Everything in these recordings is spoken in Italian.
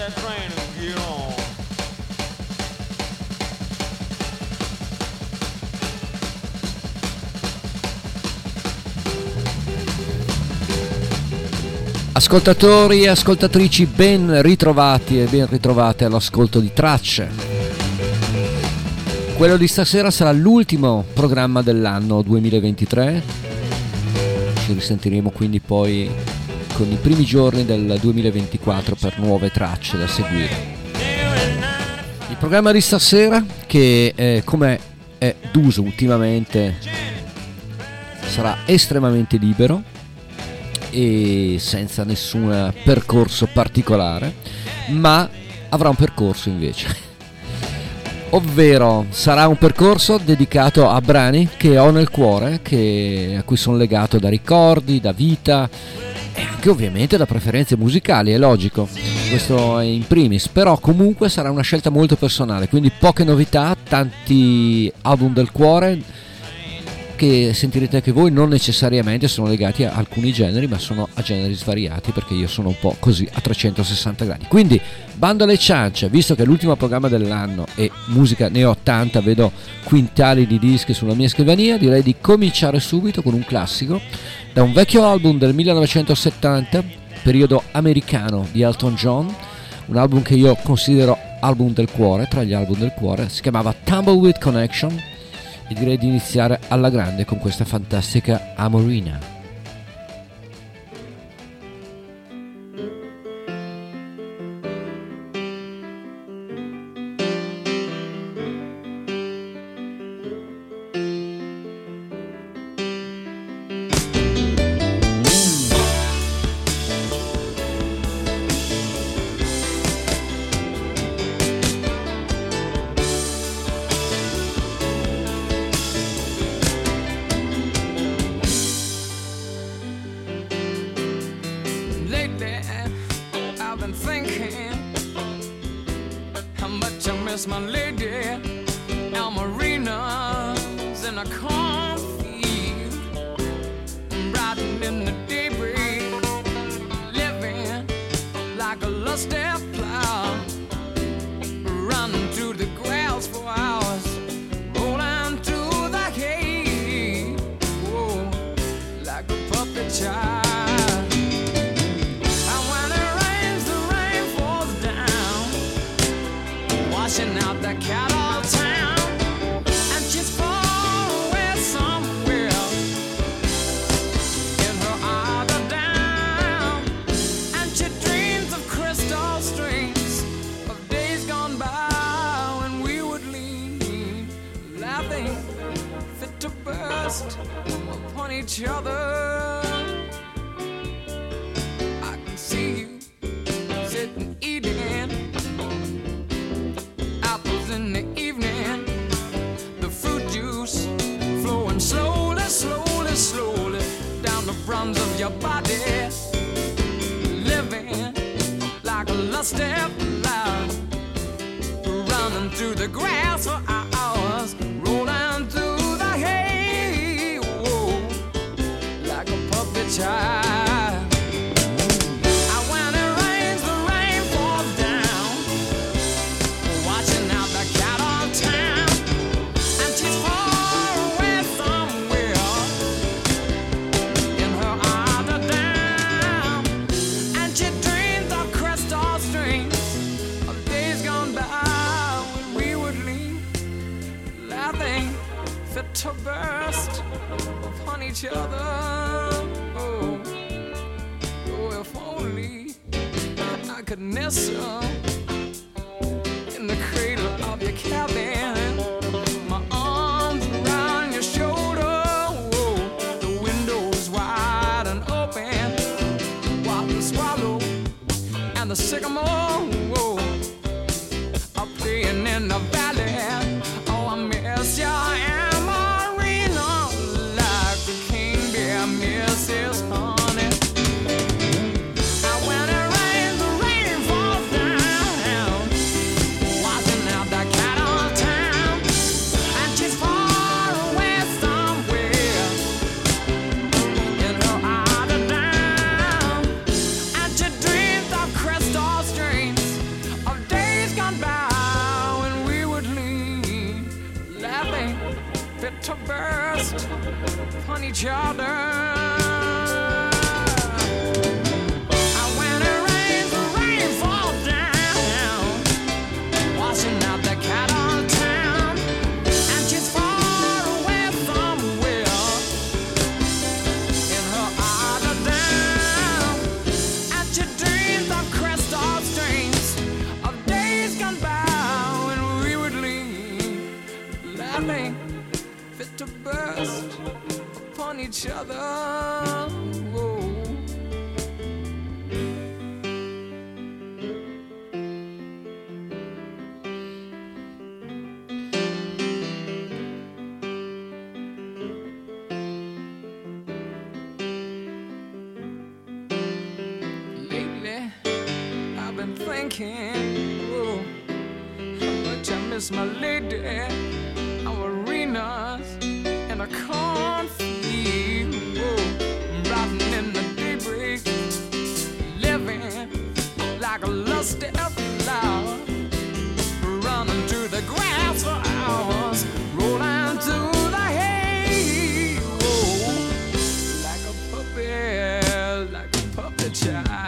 that train and get on. Ascoltatori e ascoltatrici, ben ritrovati e ben ritrovate all'ascolto di Tracce. Quello di stasera sarà l'ultimo programma dell'anno 2023. Ci risentiremo quindi poi con i primi giorni del 2024 per nuove tracce da seguire. Il programma di stasera, che come è d'uso ultimamente, sarà estremamente libero e senza nessun percorso particolare, ma avrà un percorso invece, ovvero sarà un percorso dedicato a brani che ho nel cuore, a cui sono legato da ricordi, da vita e anche ovviamente da preferenze musicali, è logico, questo è in primis, però comunque sarà una scelta molto personale, quindi poche novità, tanti album del cuore che sentirete anche voi, non necessariamente sono legati a alcuni generi, ma sono a generi svariati, perché io sono un po' così a 360 gradi. Quindi bando alle ciance, visto che è l'ultimo programma dell'anno e musica ne ho tanta, vedo quintali di dischi sulla mia scrivania, direi di cominciare subito con un classico da un vecchio album del 1970, periodo americano di Elton John, un album che io considero album del cuore, tra gli album del cuore, si chiamava Tumbleweed Connection. E direi di iniziare alla grande con questa fantastica Amorina. My lady, Almarina's in a cornfield, riding in the daybreak, living like a lusty plow, running through the grass for hours, rolling through the hay, oh, like a puppet child. Out the cattle town, and she's far away somewhere in her other down, and she dreams of crystal strings of days gone by when we would lean, laughing, fit to burst upon each other. I can see you sitting eating in the evening, the fruit juice flowing slowly, slowly, slowly down the fronts of your body, living like a lusty flower, running through the grass for hours, rolling through the hay, whoa, like a puppet child. To burst upon each other. Oh, oh, if only I could nestle in the cradle of your cabin, my arms around your shoulder. Oh, the windows wide and open, while the swallow and the sycamore are playing in the valley. Oh, I miss you. Dreams of crystal streams fit to burst upon each other. And when it rains, the rain falls down, washing out the cat on town. And she's far away somewhere in her other down. And she dreams of crystal strings, of days gone by when we would lean, laughing, fit to burst upon each other. Whoa. Lately, I've been thinking, whoa, how much I miss my lady. Our arenas and a cornfield, whoa, riding in the daybreak, living like a lusty flower, running through the grass for hours, rolling through the hay, whoa, like a puppy child.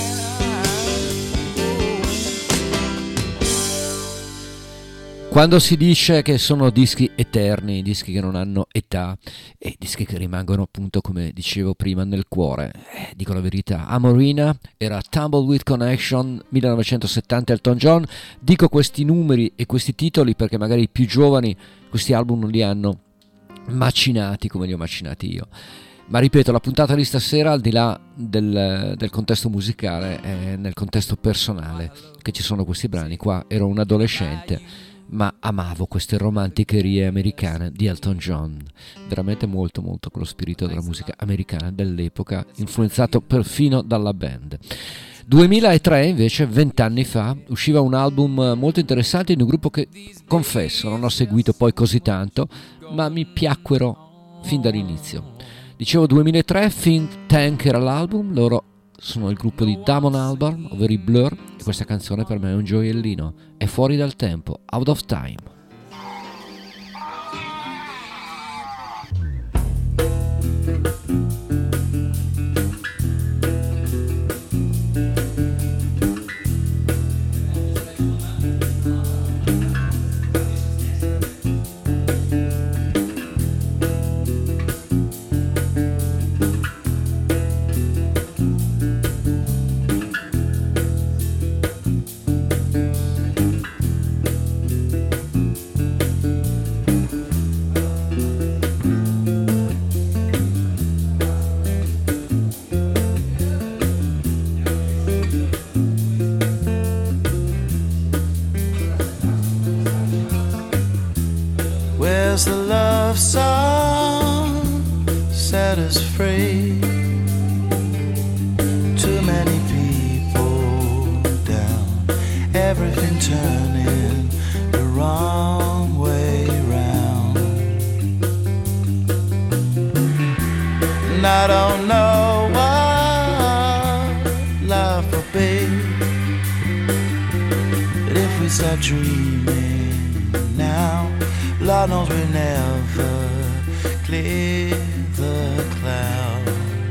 Quando si dice che sono dischi eterni, dischi che non hanno età e dischi che rimangono appunto, come dicevo prima, nel cuore, dico la verità. Amorina era Tumbleweed Connection 1970 Elton John. Dico questi numeri e questi titoli perché magari i più giovani questi album non li hanno macinati come li ho macinati io. Ma ripeto, la puntata di stasera, al di là del contesto musicale, è nel contesto personale che ci sono questi brani. Qua ero un adolescente, ma amavo queste romanticherie americane di Elton John, veramente molto molto con lo spirito della musica americana dell'epoca, influenzato perfino dalla band. 2003 invece, 20 anni fa, usciva un album molto interessante di un gruppo che, confesso, non ho seguito poi così tanto, ma mi piacquero fin dall'inizio. Dicevo 2003, Think Tank era l'album, loro sono il gruppo di Damon Albarn, ovvero i Blur, e questa canzone per me è un gioiellino, è fuori dal tempo, Out of Time. Where's the love song set us free? Too many people down, everything turning the wrong way round. And I don't know what love will be, but if we start dreaming now, Lord knows we never clear the cloud.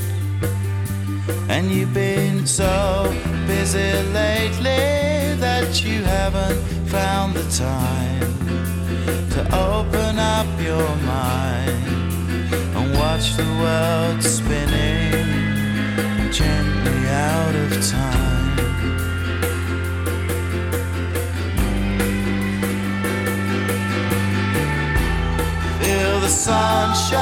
And you've been so busy lately that you haven't found the time to open up your mind and watch the world spinning gently out of time. Feel the sunshine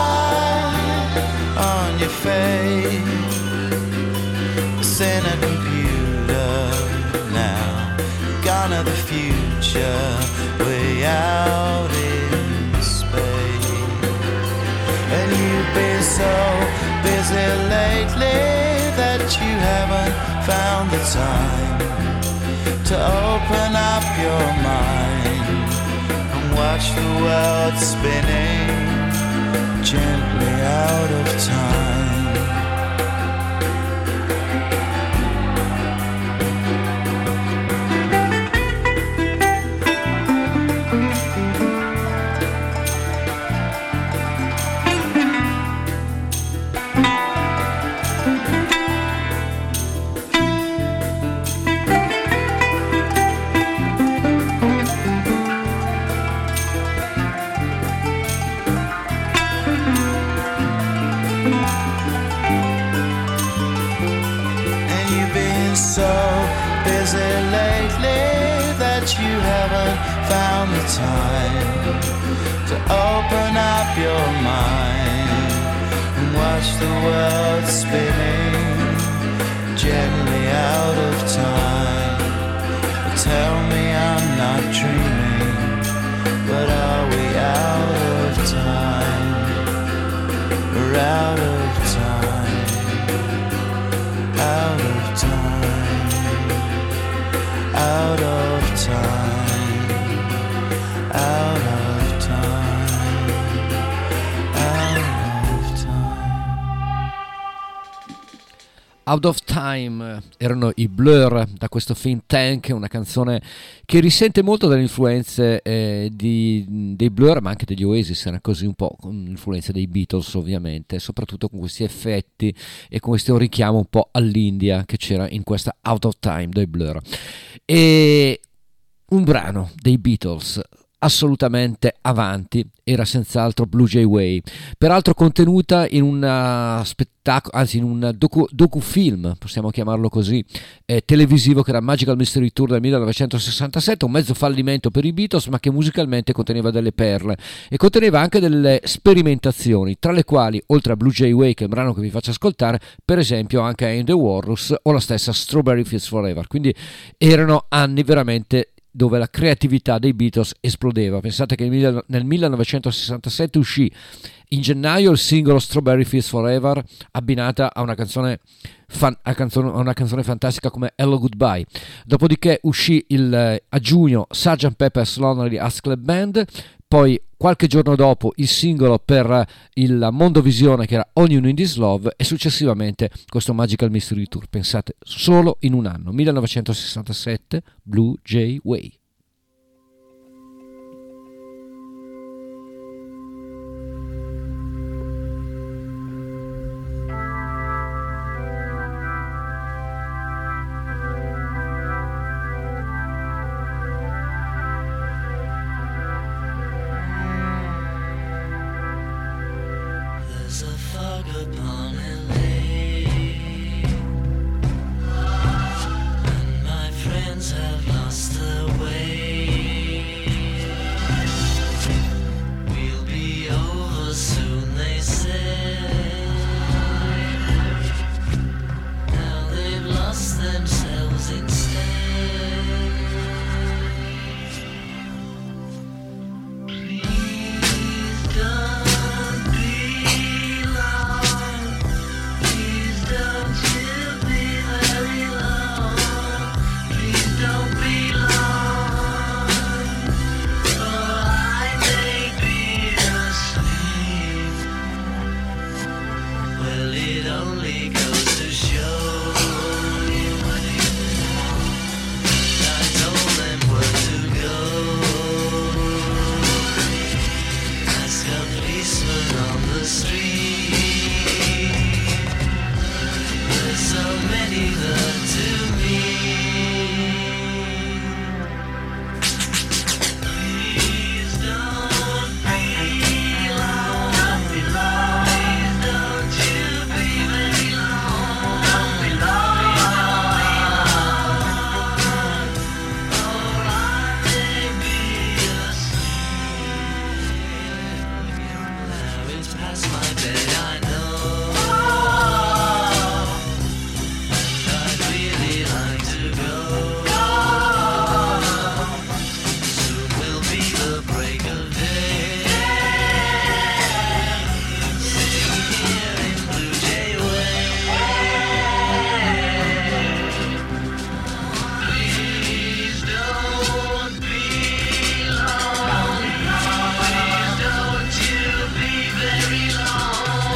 on your face. It's in a computer now, gone to the future, way out in space. And you've been so busy lately that you haven't found the time to open up your mind and watch the world spinning gently out of time. time to open up your mind and watch the world spinning gently out of time. Tell me I'm not dreaming, but are we out of time? We're out of time, out of time, out of time, out of time, out of time. Out of Time erano i Blur da questo Think Tank, una canzone che risente molto delle influenze dei Blur, ma anche degli Oasis, era così un po' con l'influenza dei Beatles ovviamente, soprattutto con questi effetti e con questo richiamo un po' all'India che c'era in questa Out of Time dei Blur. E un brano dei Beatles assolutamente avanti era senz'altro Blue Jay Way, peraltro contenuta in un spettacolo, anzi in un docufilm, possiamo chiamarlo così, televisivo, che era Magical Mystery Tour del 1967, un mezzo fallimento per i Beatles, ma che musicalmente conteneva delle perle e conteneva anche delle sperimentazioni, tra le quali, oltre a Blue Jay Way, che è il brano che vi faccio ascoltare, per esempio anche In the Walrus o la stessa Strawberry Fields Forever. Quindi erano anni veramente dove la creatività dei Beatles esplodeva. Pensate che nel 1967 uscì in gennaio il singolo Strawberry Fields Forever, abbinata a una canzone fantastica come Hello Goodbye. Dopodiché uscì a giugno Sgt. Pepper's Lonely Hearts Club Band, poi qualche giorno dopo il singolo per il Mondovisione che era All You Need Is Love, e successivamente questo Magical Mystery Tour. Pensate, solo in un anno, 1967, Blue Jay Way. There's a fog upon LA, and my friends have lost their way. We'll be over soon, they said. Now they've lost themselves instead. Please don't be long. Please don't you be very long. Please don't be long, or I may be asleep. Well, it only goes to show you. I told them where to go. Ask a policeman on the street. There's so many that to me. Please don't be long. Don't be long. Please don't you be very long. Don't be long. Or I may be asleep. Now it's past my bed, I know. I'd really like to go. Soon will be the break of day. Sitting here in Blue Jay Way. Please don't be long. Please don't you be very long.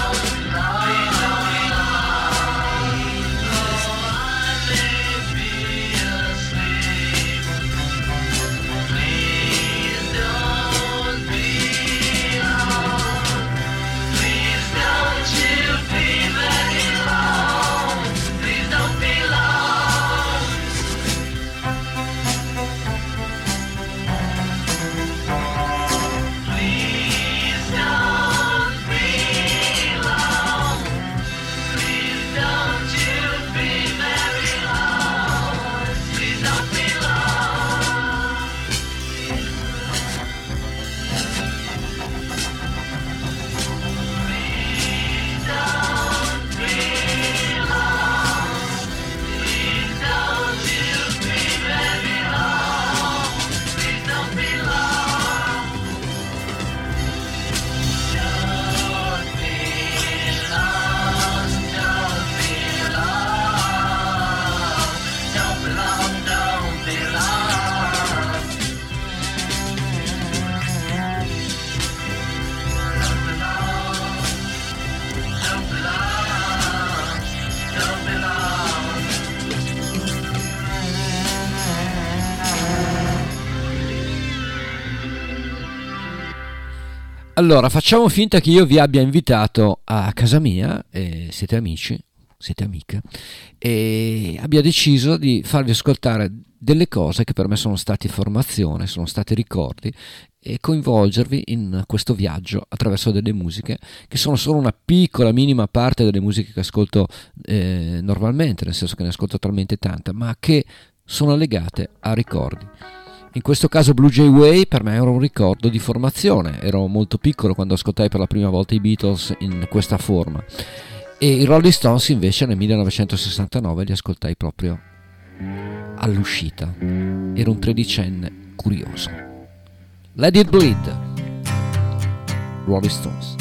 Allora, facciamo finta che io vi abbia invitato a casa mia, siete amici, siete amiche, e abbia deciso di farvi ascoltare delle cose che per me sono state formazione, sono stati ricordi, e coinvolgervi in questo viaggio attraverso delle musiche che sono solo una piccola, minima parte delle musiche che ascolto normalmente, nel senso che ne ascolto talmente tanta, ma che sono legate a ricordi. In questo caso Blue Jay Way per me era un ricordo di formazione, ero molto piccolo quando ascoltai per la prima volta i Beatles in questa forma, e i Rolling Stones invece nel 1969 li ascoltai proprio all'uscita, ero un tredicenne curioso. Let It Bleed, Rolling Stones.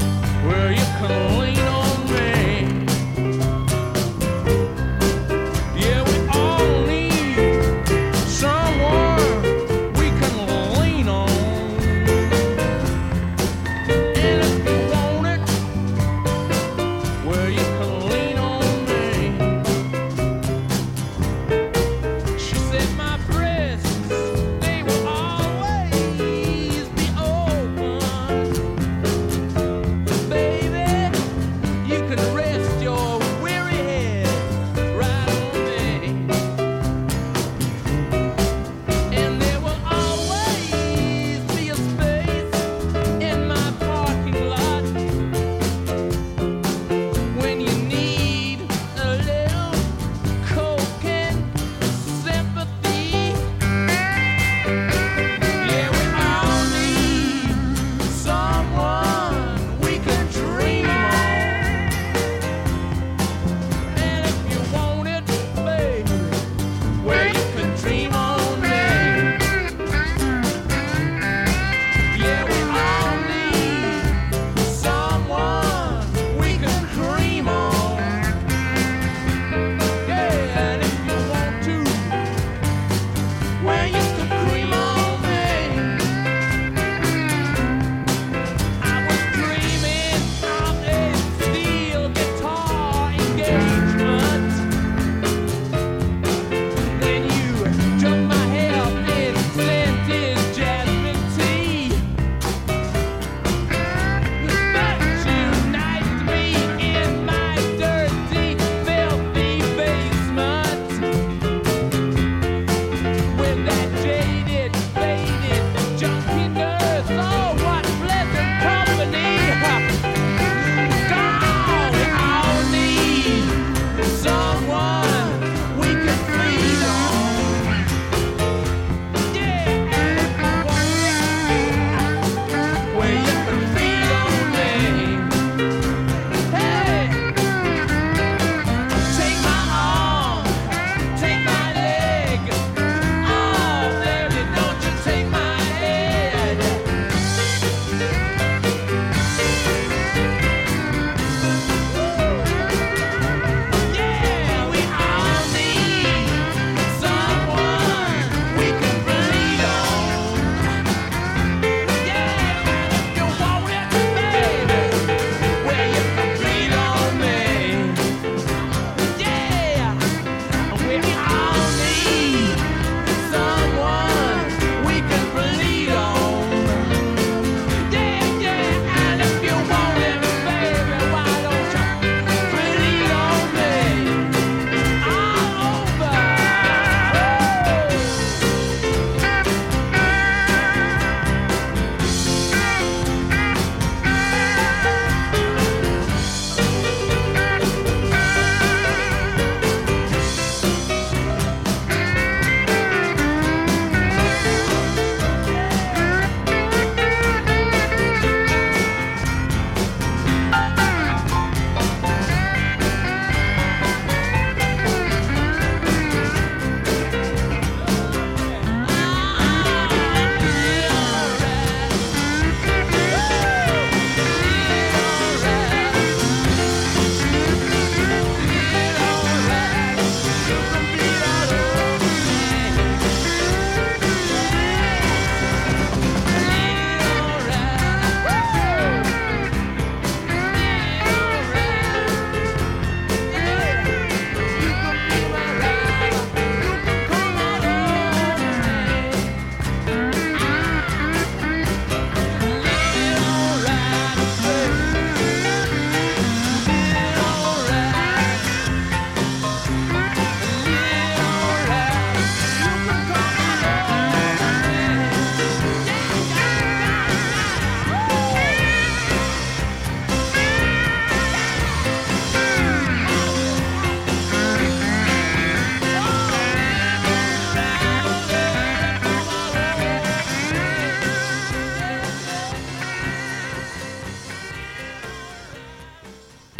Well, you can lean on me.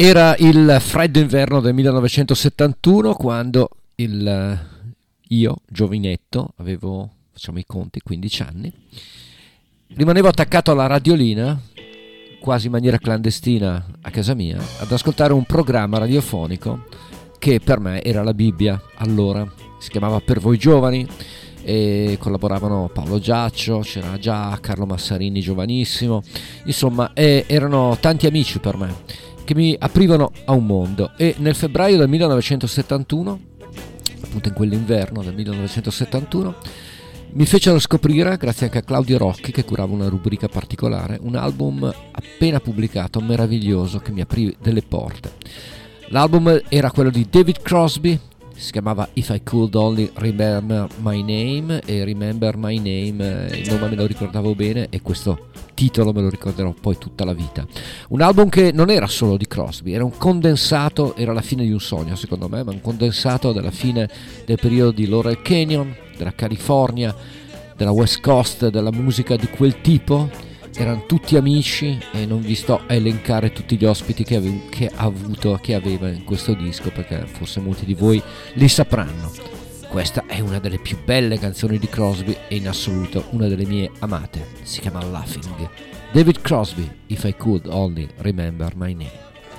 Era il freddo inverno del 1971 quando io, giovinetto, avevo, facciamo i conti, 15 anni, rimanevo attaccato alla radiolina, quasi in maniera clandestina a casa mia, ad ascoltare un programma radiofonico che per me era la Bibbia. Allora si chiamava Per voi giovani e collaboravano Paolo Giaccio, c'era già Carlo Massarini giovanissimo, insomma erano tanti amici per me che mi aprivano a un mondo. E nel febbraio del 1971, appunto in quell'inverno del 1971, mi fecero scoprire, grazie anche a Claudio Rocchi che curava una rubrica particolare, un album appena pubblicato meraviglioso che mi aprì delle porte. L'album era quello di David Crosby, si chiamava If I Could Only Remember My Name, e Remember My Name, il nome me lo ricordavo bene e questo titolo me lo ricorderò poi tutta la vita. Un album che non era solo di Crosby, era un condensato, era la fine di un sogno secondo me, ma un condensato della fine del periodo di Laurel Canyon, della California, della West Coast, della musica di quel tipo. Erano tutti amici e non vi sto a elencare tutti gli ospiti che aveva in questo disco, perché forse molti di voi li sapranno. Questa è una delle più belle canzoni di Crosby e in assoluto una delle mie amate. Si chiama Laughing. David Crosby, If I Could Only Remember My Name.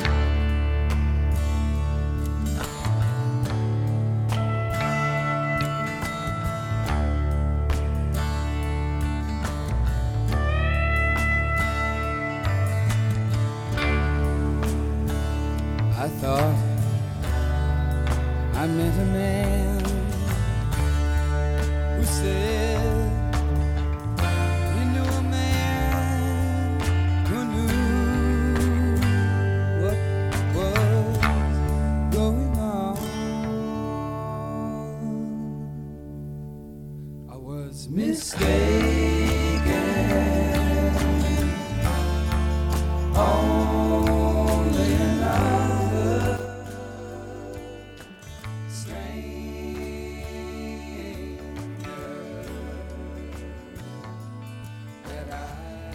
I thought I met a man who said he knew a man who knew what was going on. I was mistaken. Only another that I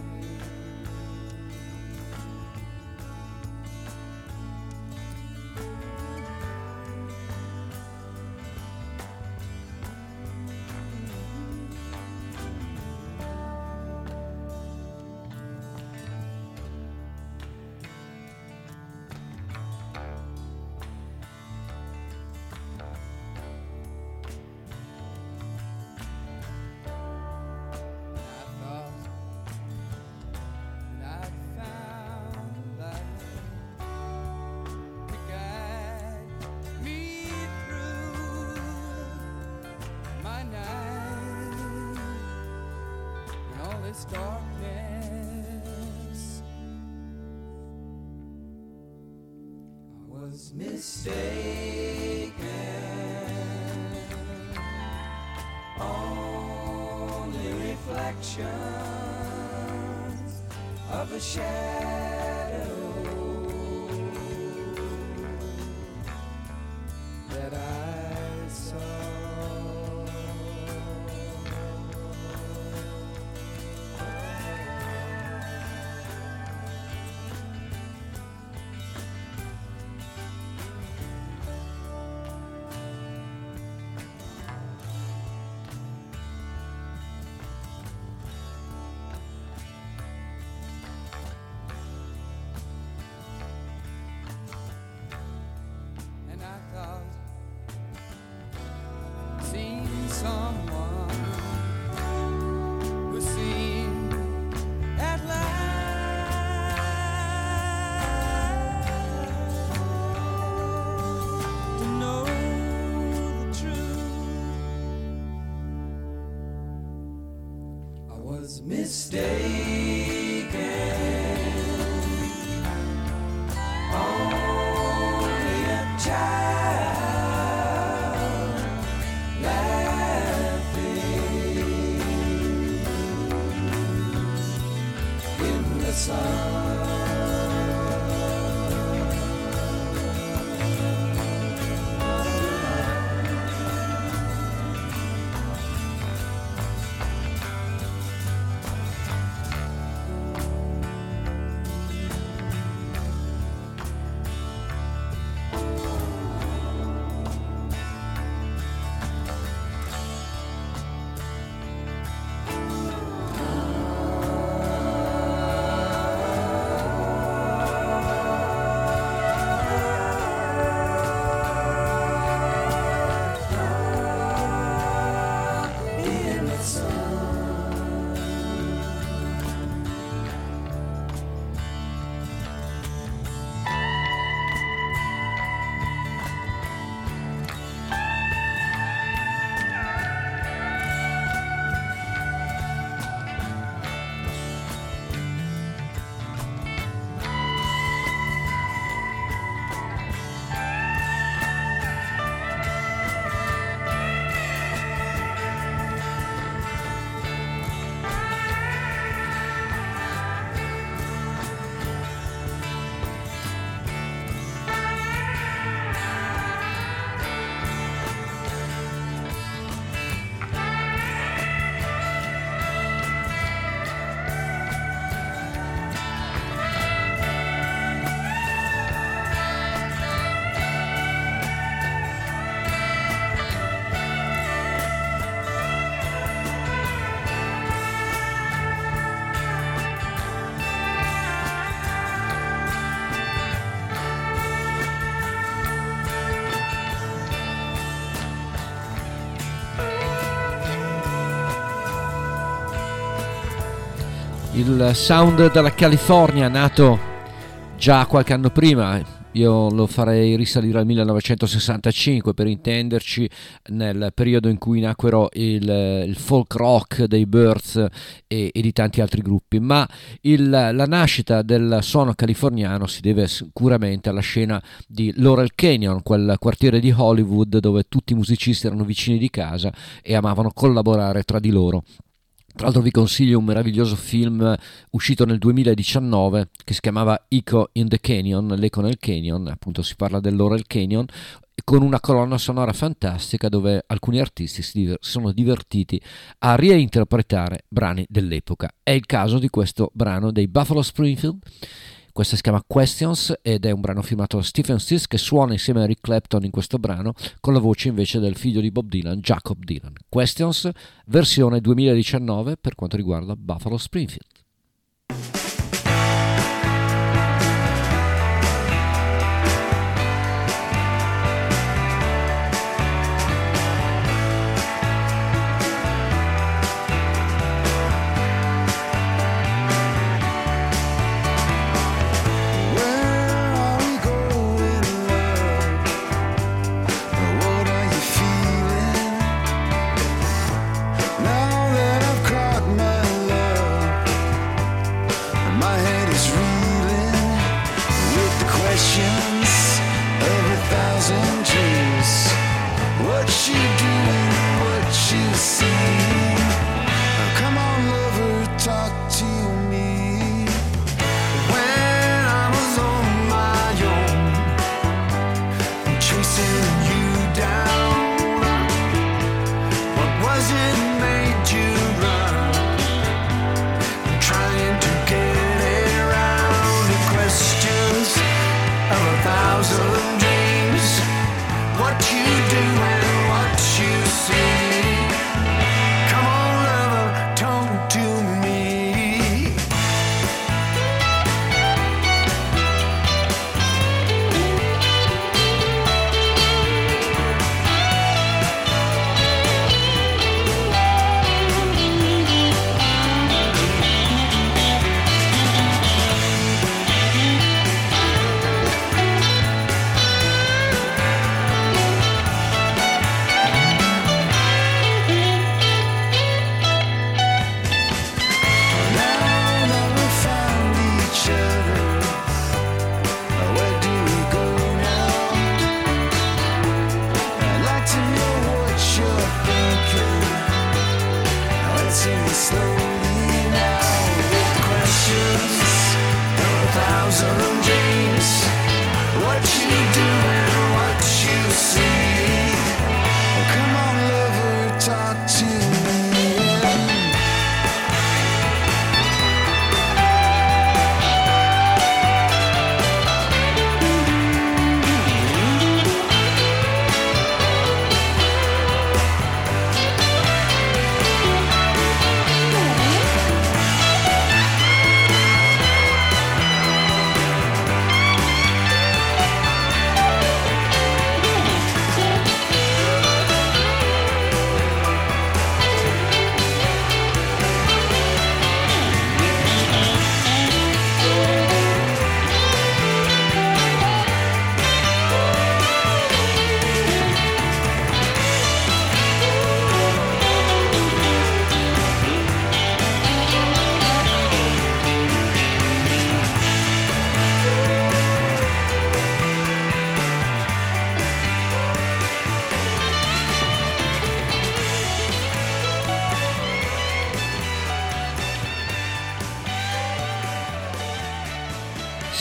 this darkness, I was mistaken. Only reflections of a shadow that I saw. Someone who seemed at last to know the truth. I was mistaken. Only a child in the sun. Il sound della California, nato già qualche anno prima, io lo farei risalire al 1965 per intenderci, nel periodo in cui nacquero il folk rock dei Byrds e di tanti altri gruppi, ma la nascita del suono californiano si deve sicuramente alla scena di Laurel Canyon, quel quartiere di Hollywood dove tutti i musicisti erano vicini di casa e amavano collaborare tra di loro. Tra l'altro vi consiglio un meraviglioso film uscito nel 2019 che si chiamava Echo in the Canyon, l'eco nel canyon, appunto si parla del Laurel Canyon, con una colonna sonora fantastica dove alcuni artisti si sono divertiti a reinterpretare brani dell'epoca. È il caso di questo brano dei Buffalo Springfield. Questa si chiama Questions ed è un brano firmato da Stephen Stills, che suona insieme a Eric Clapton in questo brano, con la voce invece del figlio di Bob Dylan, Jacob Dylan. Questions, versione 2019 per quanto riguarda Buffalo Springfield. What you do and what you see.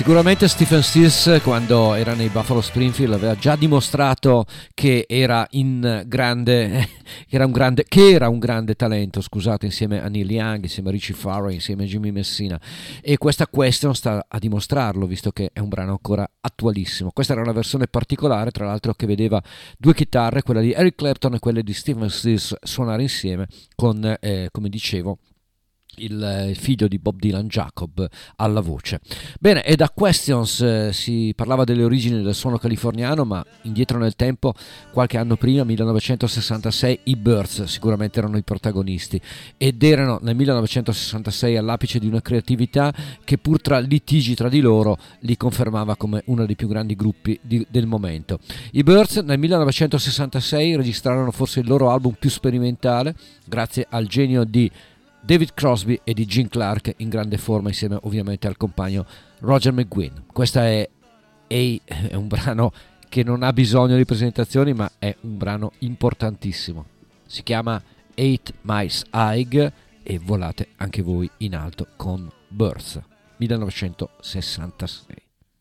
Sicuramente Stephen Stills, quando era nei Buffalo Springfield, aveva già dimostrato che era un grande talento, scusate, insieme a Neil Young, insieme a Richie Farrell, insieme a Jimmy Messina, e questa Question sta a dimostrarlo, visto che è un brano ancora attualissimo. Questa era una versione particolare, tra l'altro, che vedeva due chitarre, quella di Eric Clapton e quella di Stephen Stills, suonare insieme con, come dicevo, il figlio di Bob Dylan, Jacob, alla voce. Bene, e da Questions si parlava delle origini del suono californiano, ma indietro nel tempo, qualche anno prima, 1966, i Byrds sicuramente erano i protagonisti, ed erano nel 1966 all'apice di una creatività che, pur tra litigi tra di loro, li confermava come uno dei più grandi gruppi del momento. I Byrds nel 1966 registrarono forse il loro album più sperimentale, grazie al genio di David Crosby e di Gene Clark, in grande forma insieme ovviamente al compagno Roger McGuinn. Questa è un brano che non ha bisogno di presentazioni, ma è un brano importantissimo. Si chiama 8 Miles High e volate anche voi in alto con Byrds, 1966.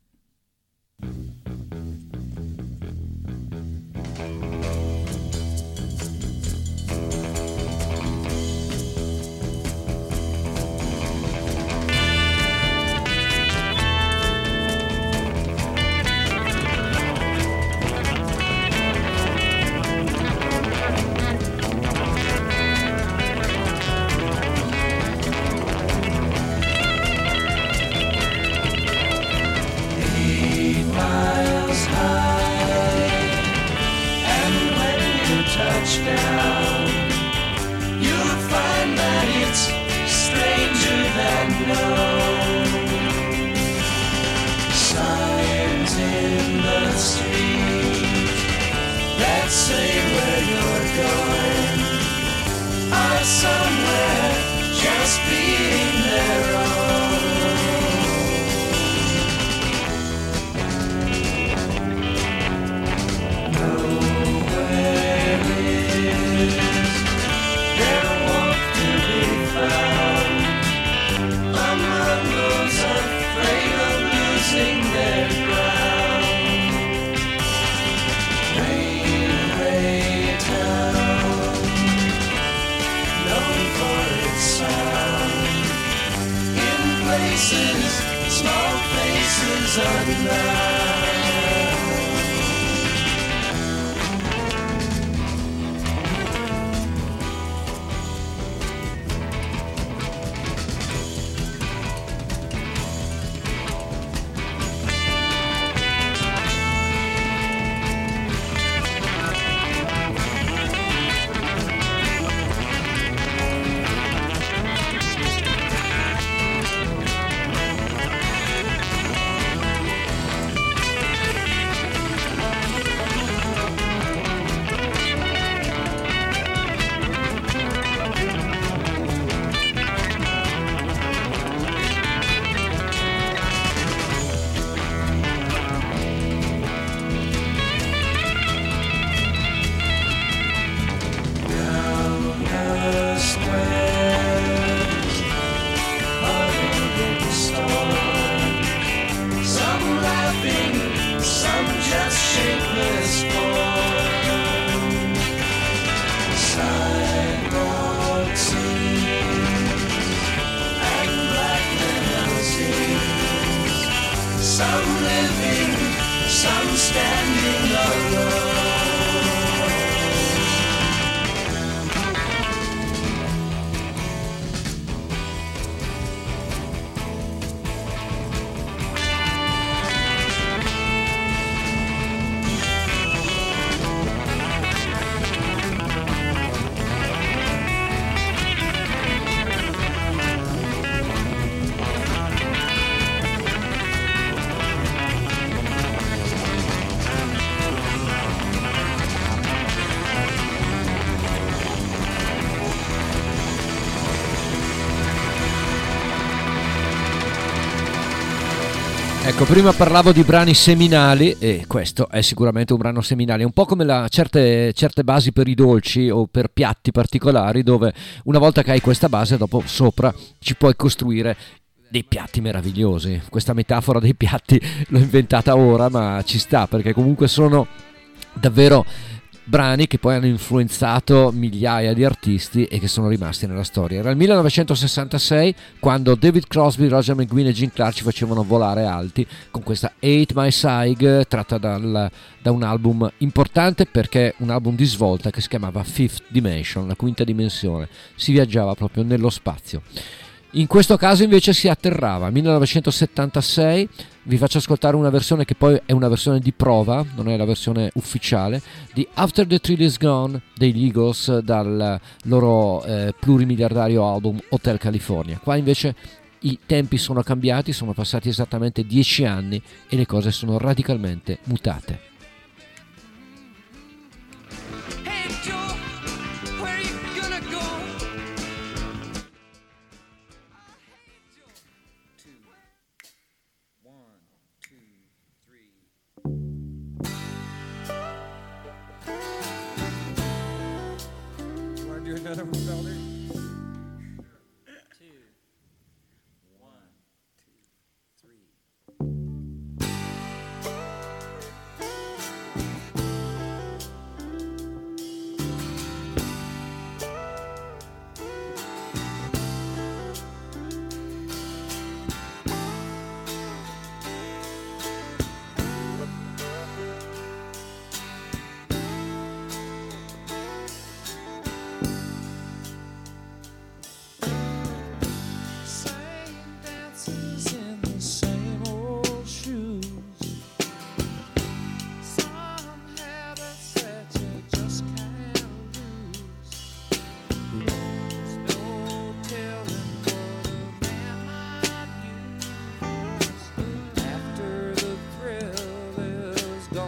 Down, you'll find that it's stranger than known. Signs in the street that say where you're going are somewhere just being their own. Small places unknown. Some living, some standing alone. Ecco, prima parlavo di brani seminali e questo è sicuramente un brano seminale, un po' come certe basi per i dolci o per piatti particolari, dove una volta che hai questa base, dopo sopra ci puoi costruire dei piatti meravigliosi. Questa metafora dei piatti l'ho inventata ora, ma ci sta, perché comunque sono davvero brani che poi hanno influenzato migliaia di artisti e che sono rimasti nella storia. Era il 1966 quando David Crosby, Roger McGuinn e Gene Clark ci facevano volare alti con questa Eight My Side, tratta da un album importante, perché un album di svolta che si chiamava Fifth Dimension, la quinta dimensione. Si viaggiava proprio nello spazio. In questo caso invece si atterrava. 1976, vi faccio ascoltare una versione che poi è una versione di prova, non è la versione ufficiale, di After the Thrill Is Gone degli Eagles, dal loro plurimiliardario album Hotel California. Qua invece i tempi sono cambiati, sono passati esattamente 10 anni e le cose sono radicalmente mutate. Hey Joe, where you gonna go? You want to do another one, Felder? Same dances in the same old shoes. Some habits that you just can't lose. There's no telling what a man might use after the thrill is gone.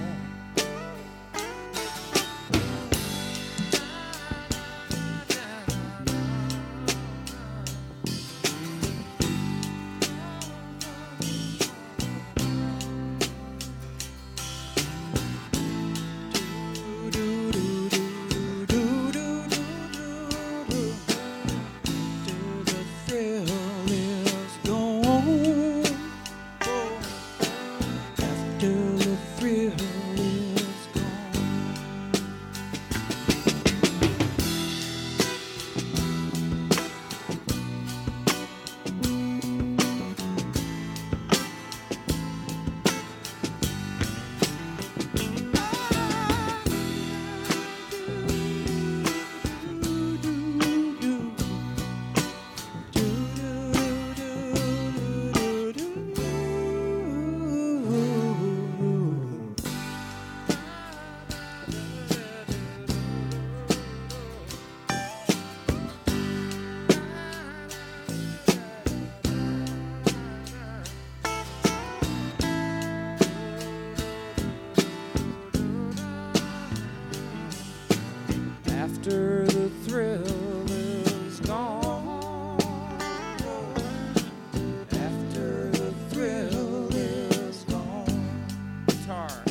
After the thrill is gone. After the thrill is gone. Guitar.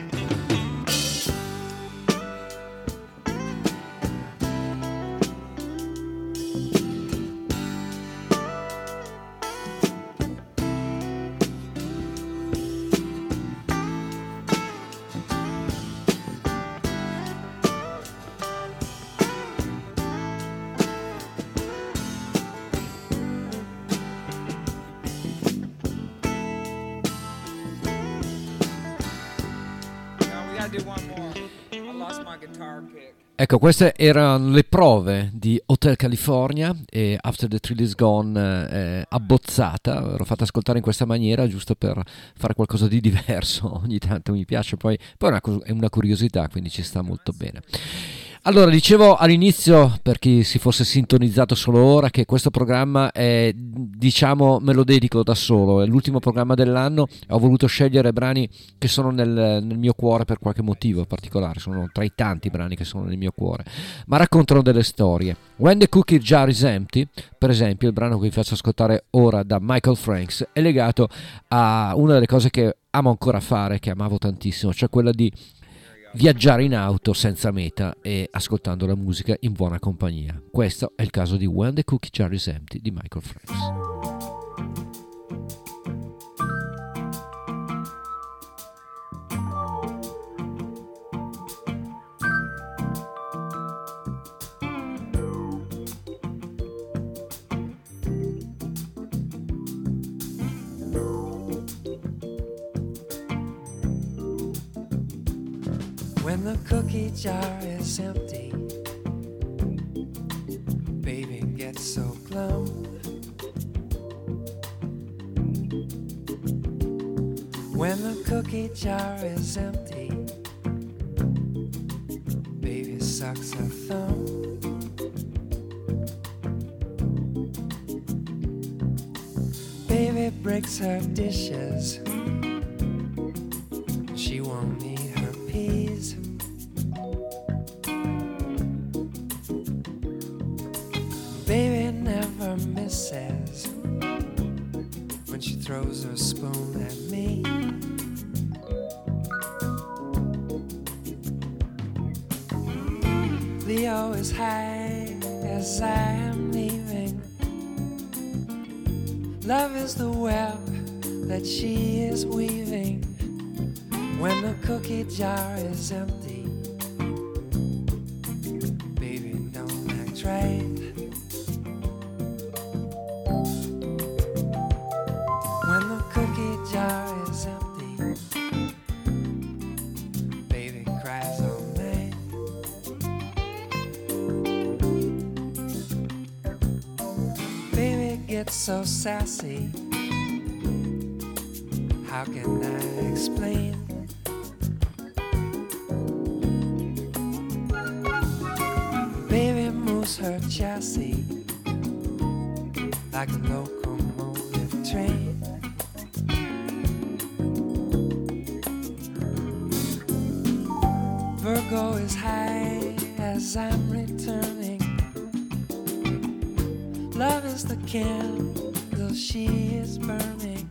Now we gotta do one more. I lost my guitar pick. Ecco, queste erano le prove di Hotel California e After the Thrill Is Gone abbozzata, l'ho fatta ascoltare in questa maniera giusto per fare qualcosa di diverso, ogni tanto mi piace, poi è una curiosità, quindi ci sta molto bene. Allora, dicevo all'inizio, per chi si fosse sintonizzato solo ora, che questo programma è, diciamo, me lo dedico da solo, è l'ultimo programma dell'anno, ho voluto scegliere brani che sono nel mio cuore per qualche motivo particolare, sono tra i tanti brani che sono nel mio cuore, ma raccontano delle storie. When the Cookie Jar is Empty, per esempio, il brano che vi faccio ascoltare ora da Michael Franks, è legato a una delle cose che amo ancora fare, che amavo tantissimo, cioè quella di viaggiare in auto senza meta e ascoltando la musica in buona compagnia. Questo è il caso di When the Cookie Jar is Empty di Michael Franks. When the cookie jar is empty, baby gets so glum. When the cookie jar is empty, baby sucks her thumb. Baby breaks her dishes, she won't need her peas. Baby never misses when she throws her spoon at me. Leo is high as I am leaving. Love is the web that she is weaving. When the cookie jar is empty, baby, don't act right. When the cookie jar is empty, baby cries all night. Baby gets so sassy, how can I explain? Baby moves her chassis like a locomotive train. Virgo is high as I'm returning. Love is the candle she is burning.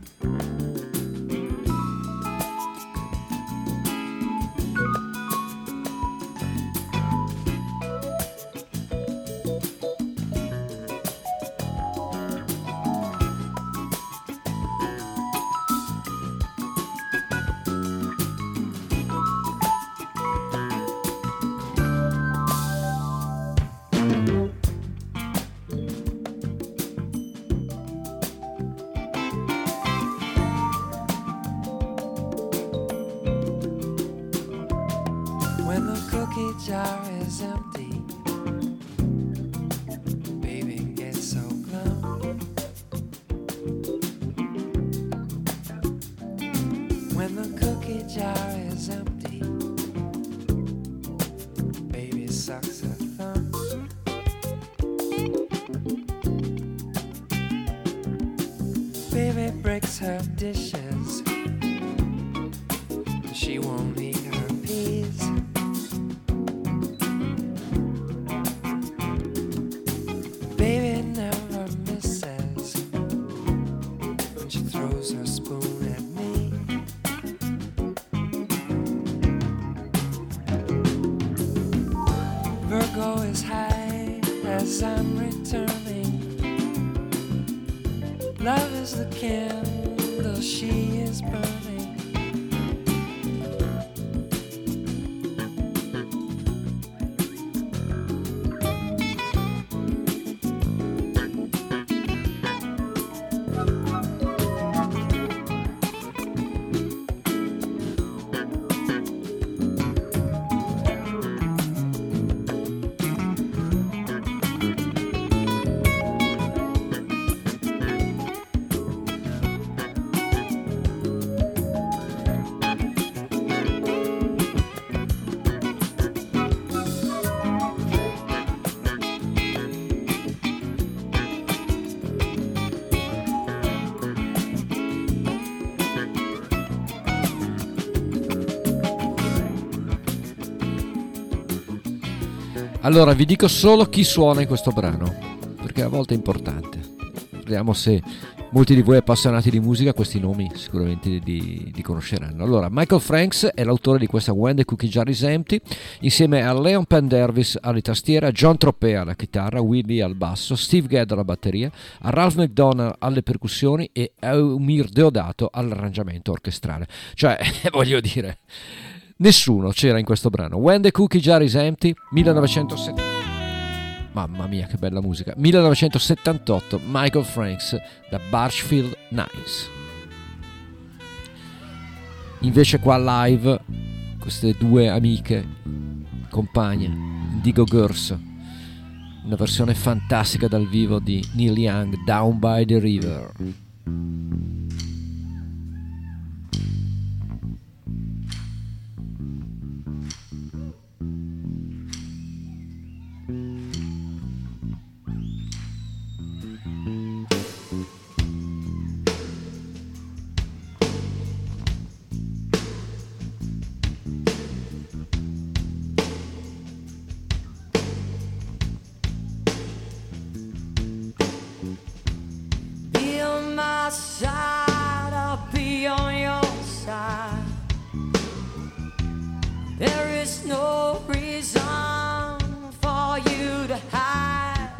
When the cookie jar is empty, baby gets so glum. When the cookie jar is empty, baby sucks her thumb. Baby breaks her dishes, she won't eat her peas. Baby never misses when she throws her spoon at me. Virgo is high as I'm returning. Love is the candle she is burning. Allora vi dico solo chi suona in questo brano, perché a volte è importante. Vediamo se molti di voi appassionati di musica questi nomi sicuramente li conosceranno. Allora, Michael Franks è l'autore di questa When the Cookie Jar is Empty, insieme a Leon Pendervis alle tastiere, a John Tropea alla chitarra, Willie al basso, Steve Gadd alla batteria, a Ralph McDonald alle percussioni e a Eumir Deodato all'arrangiamento orchestrale. Cioè, voglio dire, nessuno c'era in questo brano. When the Cookie Jar is Empty, 1970. Mamma mia, che bella musica. 1978, Michael Franks da Barchfield Nines. Invece qua live queste due amiche, compagne, Indigo Girls, una versione fantastica dal vivo di Neil Young, Down by the River. Side, I'll be on your side. There is no reason for you to hide.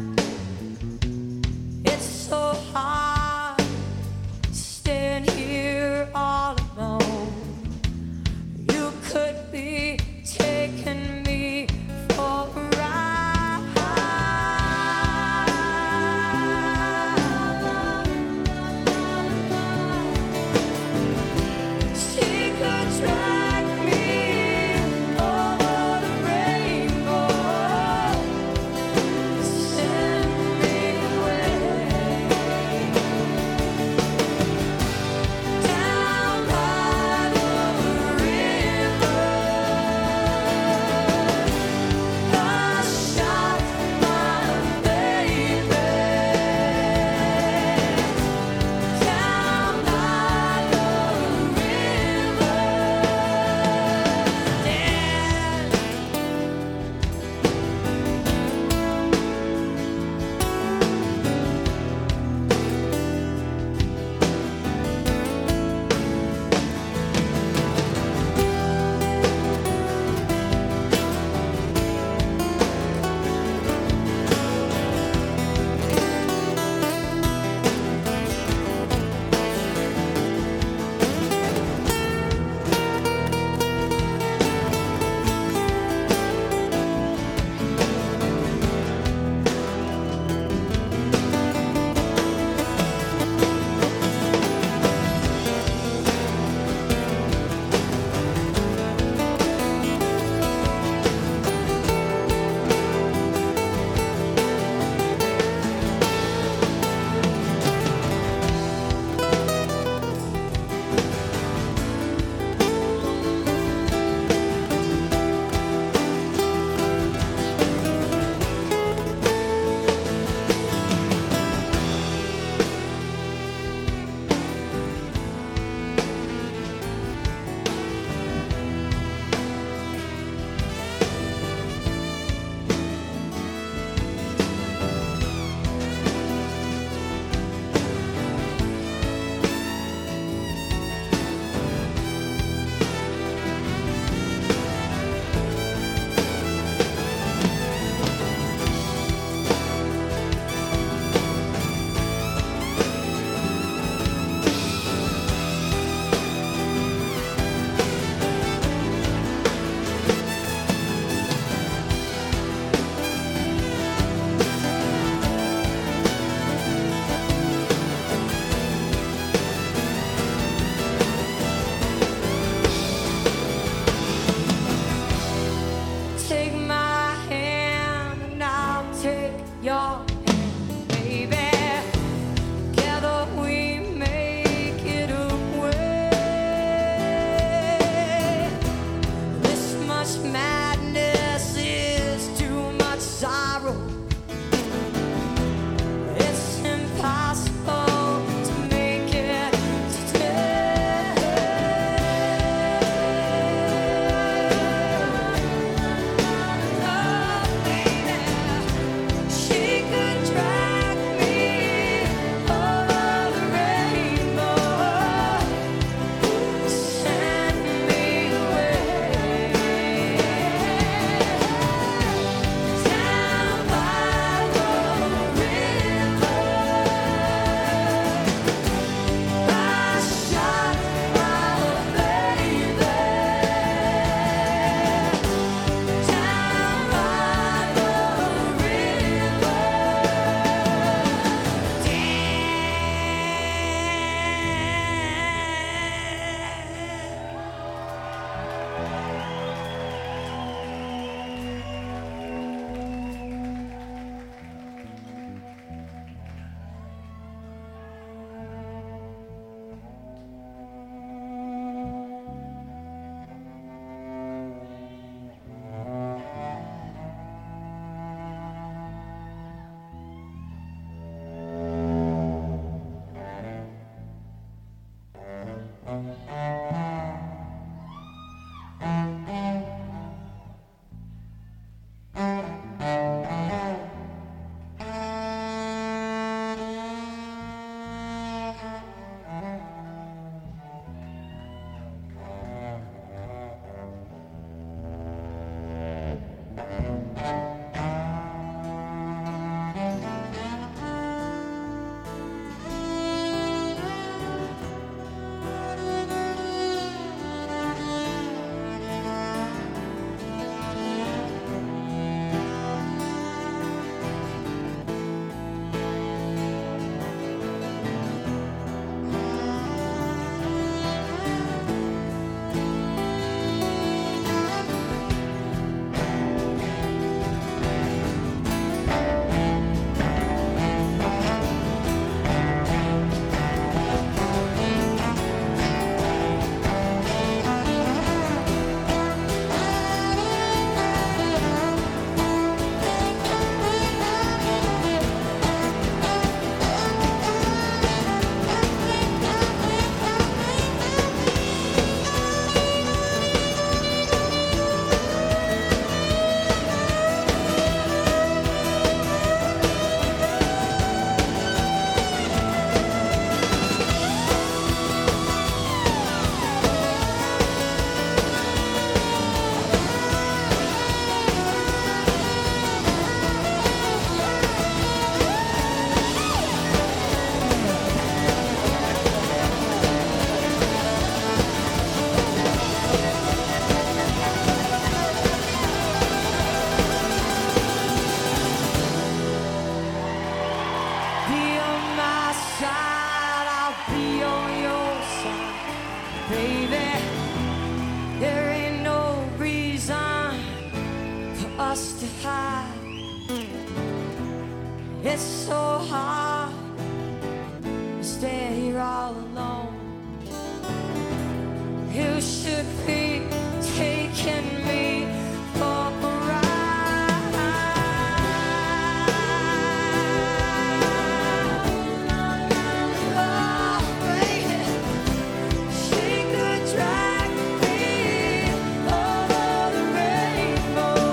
It's so hard staying here all alone. You could be taking me for a ride. She could drag me over the rainbow. us to hide. It's so hard to stay here all alone. You should be taking me for a ride. Oh, baby, she could drag me over the rainbow,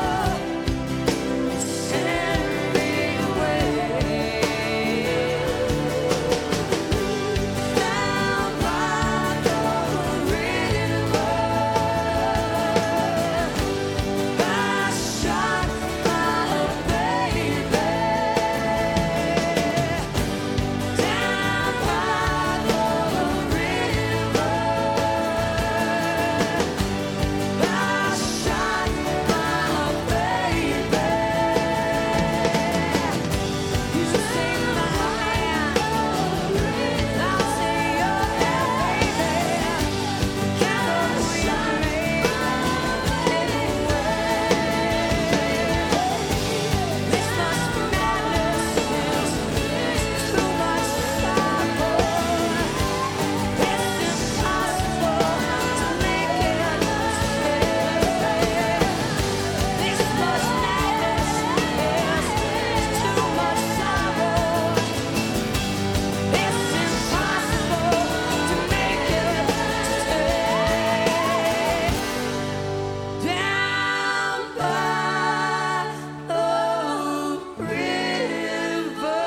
send me away down by the river. I shot my baby down by the river. I shot my baby. You say my hand, I'll say your hand, baby. Can't shot me anyway. This must be madness, too much sorrow. It's impossible to make it stay. This much madness, too much sorrow. It's impossible to make it stay. Down by the river.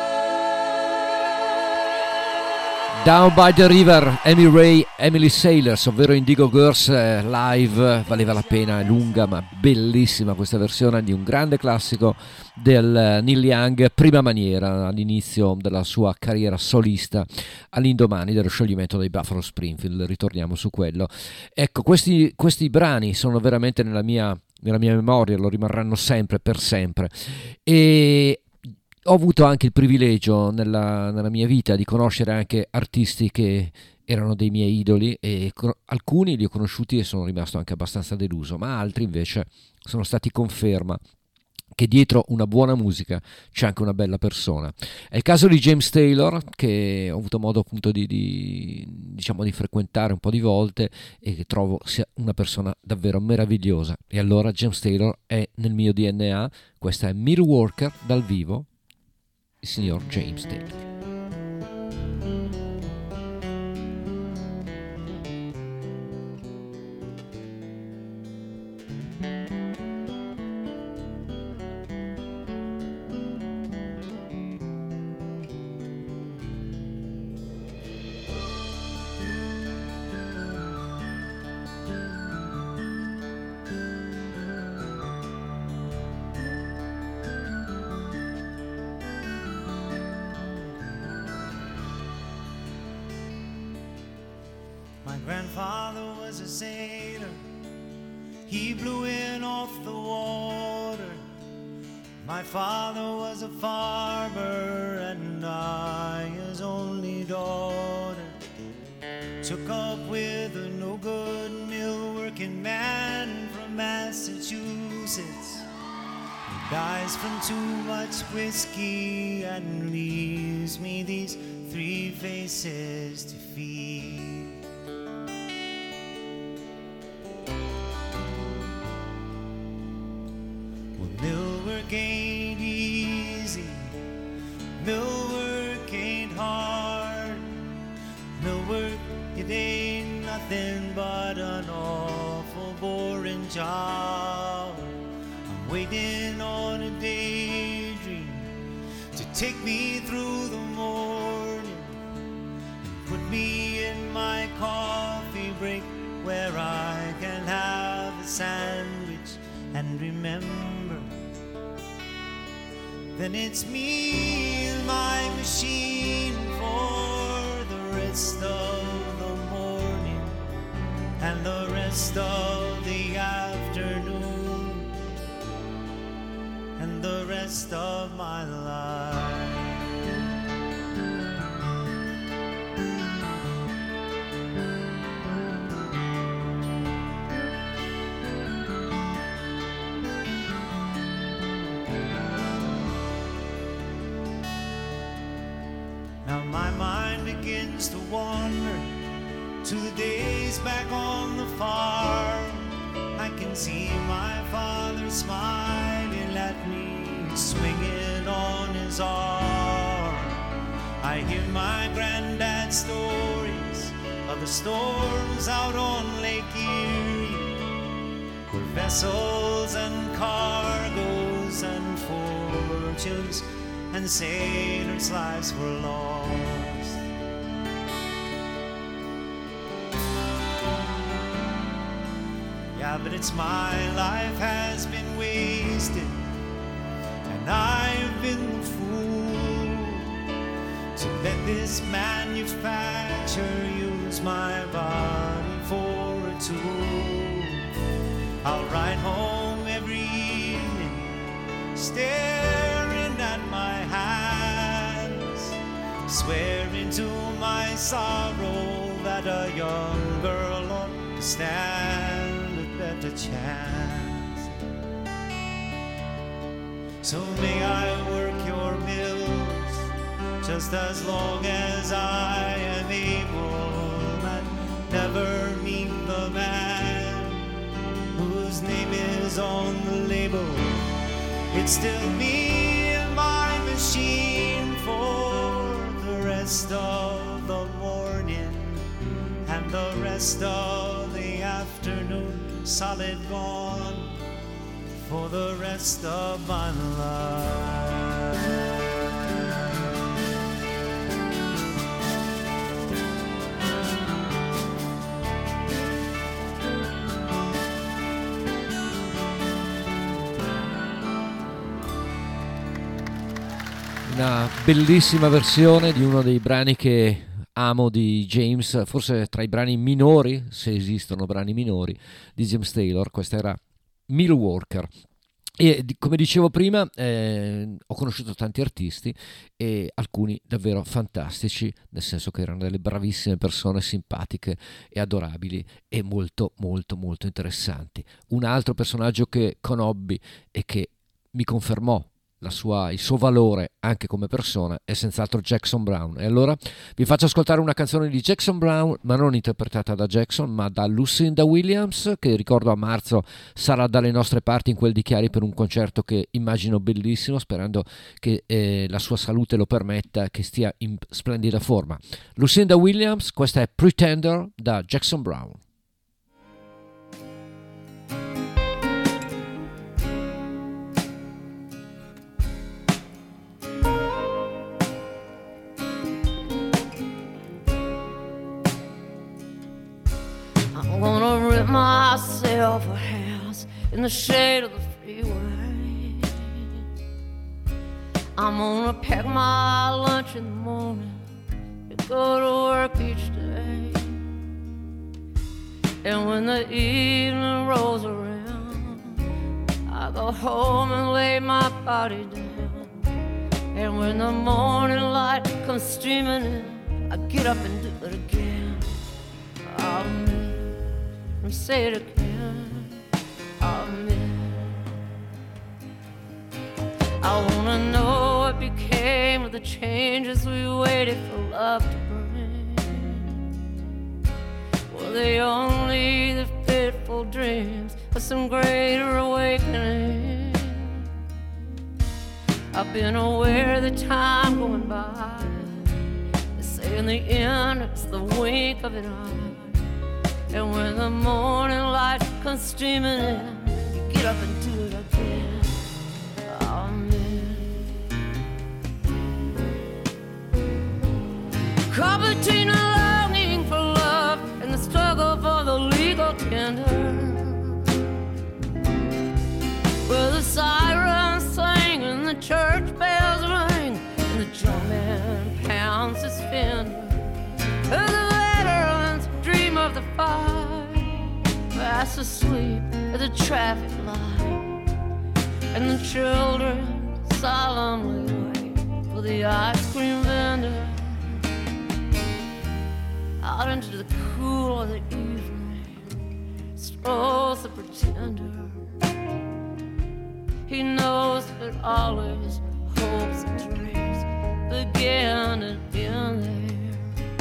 Down by the River, Amy Ray, Emily Sailors, ovvero Indigo Girls live. Valeva la pena, è lunga ma bellissima questa versione di un grande classico del Neil Young, prima maniera, all'inizio della sua carriera solista, all'indomani dello scioglimento dei Buffalo Springfield. Ritorniamo su quello. Ecco, questi brani sono veramente nella mia memoria, lo rimarranno sempre, per sempre. E ho avuto anche il privilegio nella mia vita di conoscere anche artisti che erano dei miei idoli, e alcuni li ho conosciuti e sono rimasto anche abbastanza deluso, ma altri invece sono stati conferma che dietro una buona musica c'è anche una bella persona. È il caso di James Taylor, che ho avuto modo appunto diciamo di frequentare un po' di volte e che trovo sia una persona davvero meravigliosa. E allora James Taylor è nel mio DNA. Questa è Metal Worker dal vivo, il signor James Taylor. My grandfather was a sailor. He blew in off the water. My father was a farmer, and I, his only daughter, took up with a no-good mill-working man from Massachusetts. He dies from too much whiskey and leaves me these three faces to feed. Mill work ain't easy, mill work ain't hard. Mill work, it ain't nothing but an awful boring job. I'm waiting on a daydream to take me through the morning and put me in my coffee break where I can have a sandwich and remember. Then it's me and my machine for the rest of the morning and the rest of the afternoon and the rest of my life. begins to wander to the days back on the farm. I can see my father smiling at me, swinging on his arm. I hear my granddad's stories of the storms out on Lake Erie, where vessels and cargoes and fortunes and sailors' lives were lost. Yeah, but it's my life has been wasted, and I've been the fool to let this manufacturer use my body for a tool. I'll ride home every evening, staring at my hands, swearing to my sorrow that a young girl ought to stand a better chance. So may I work your mills just as long as I am able, and never meet the man whose name is on the label. It's still me and my machine for the rest of the morning and the rest of the afternoon, solid gone for the rest of my life. Una bellissima versione di uno dei brani che amo di James, forse tra i brani minori, se esistono brani minori, di James Taylor. Questa era Mill Worker. E come dicevo prima, ho conosciuto tanti artisti e alcuni davvero fantastici, nel senso che erano delle bravissime persone, simpatiche e adorabili e molto molto molto interessanti. Un altro personaggio che conobbi e che mi confermò il suo valore anche come persona è senz'altro Jackson Browne. E allora vi faccio ascoltare una canzone di Jackson Browne, ma non interpretata da Jackson, ma da Lucinda Williams, che ricordo a marzo sarà dalle nostre parti in quel di Chiari per un concerto che immagino bellissimo, sperando che la sua salute lo permetta, che stia in splendida forma. Lucinda Williams, questa è Pretender da Jackson Browne. I'm gonna rip myself a house in the shade of the freeway. I'm gonna pack my lunch in the morning and go to work each day. And when the evening rolls around, I go home and lay my body down. And when the morning light comes streaming in, I get up and do it again. Let me say it again. Amen. I wanna know what became of the changes we waited for love to bring. Were they only the fitful dreams of some greater awakening? I've been aware of the time going by. They say in the end it's the wink of an eye. And when the morning light comes streaming in, you get up and do it again. Amen. Caught between the longing for love and the struggle for the legal tender, where the sirens sing and the church bells ring and the drummer pounds his fender, and the veterans dream of the fight, fast asleep at the traffic light, and the children solemnly wait for the ice cream vendor. Out into the cool of the evening strolls the pretender. He knows that all his hopes and dreams begin and end there.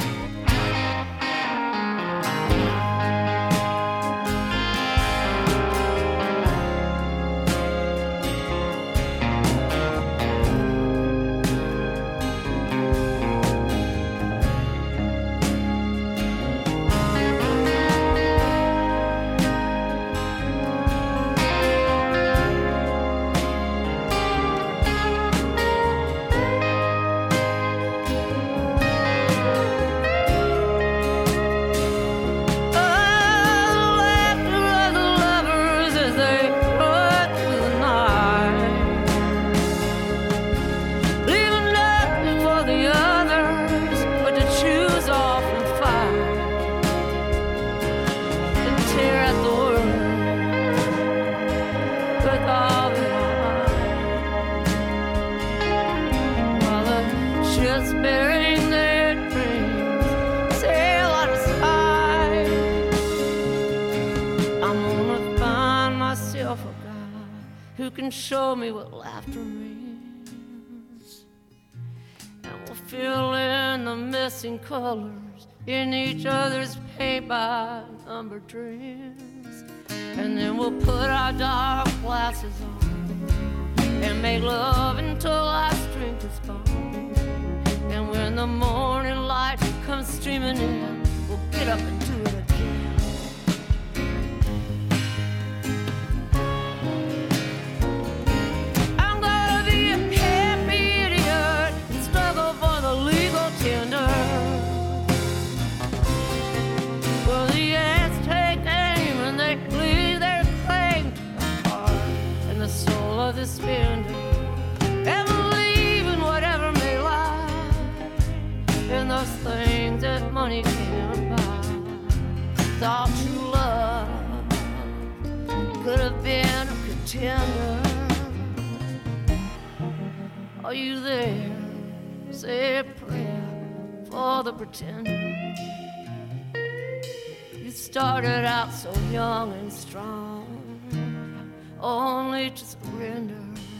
myself a guy who can show me what laughter means, and we'll fill in the missing colors in each other's paint by number dreams, and then we'll put our dark glasses on and make love until our strength is gone. And when the morning light comes streaming in, we'll get up and do it again. I'm gonna be a happy idiot and struggle for the legal tender. Well, the ants take aim and they leave their claim to the heart and the soul of the spender. And believe in whatever may lie in those things that money can't buy. Thought true love could have been a contender. Are you there? Say a prayer for the pretender. You started out so young and strong, only to surrender.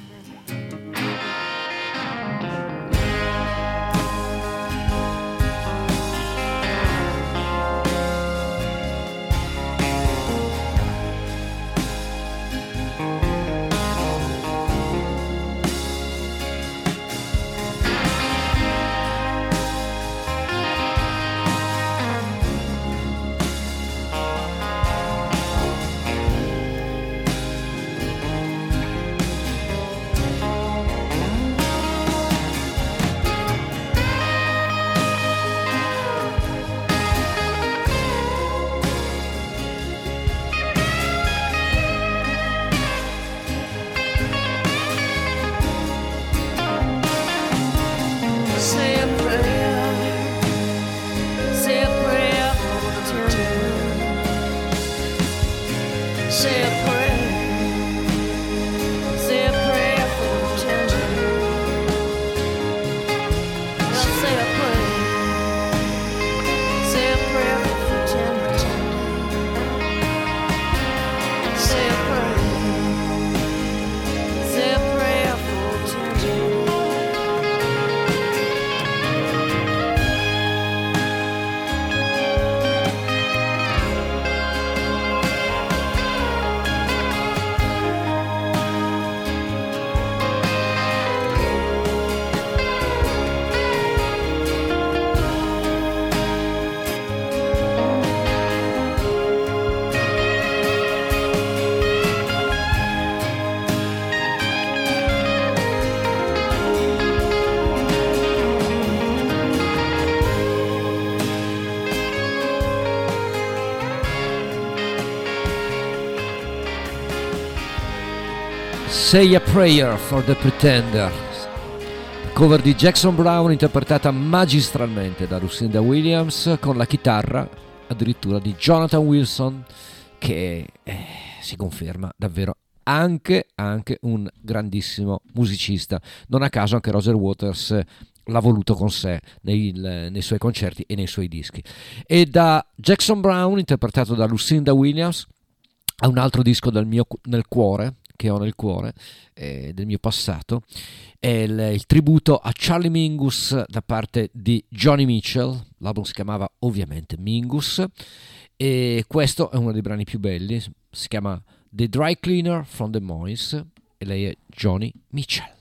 Say a Prayer for the Pretender, cover di Jackson Browne interpretata magistralmente da Lucinda Williams con la chitarra addirittura di Jonathan Wilson, che si conferma davvero anche un grandissimo musicista. Non a caso anche Roger Waters l'ha voluto con sé nei suoi concerti e nei suoi dischi. E da Jackson Browne interpretato da Lucinda Williams a un altro disco nel cuore, che ho nel cuore, del mio passato, è il tributo a Charlie Mingus da parte di Joni Mitchell. L'album si chiamava ovviamente Mingus e questo è uno dei brani più belli, si chiama The Dry Cleaner from Des Moines e lei è Joni Mitchell.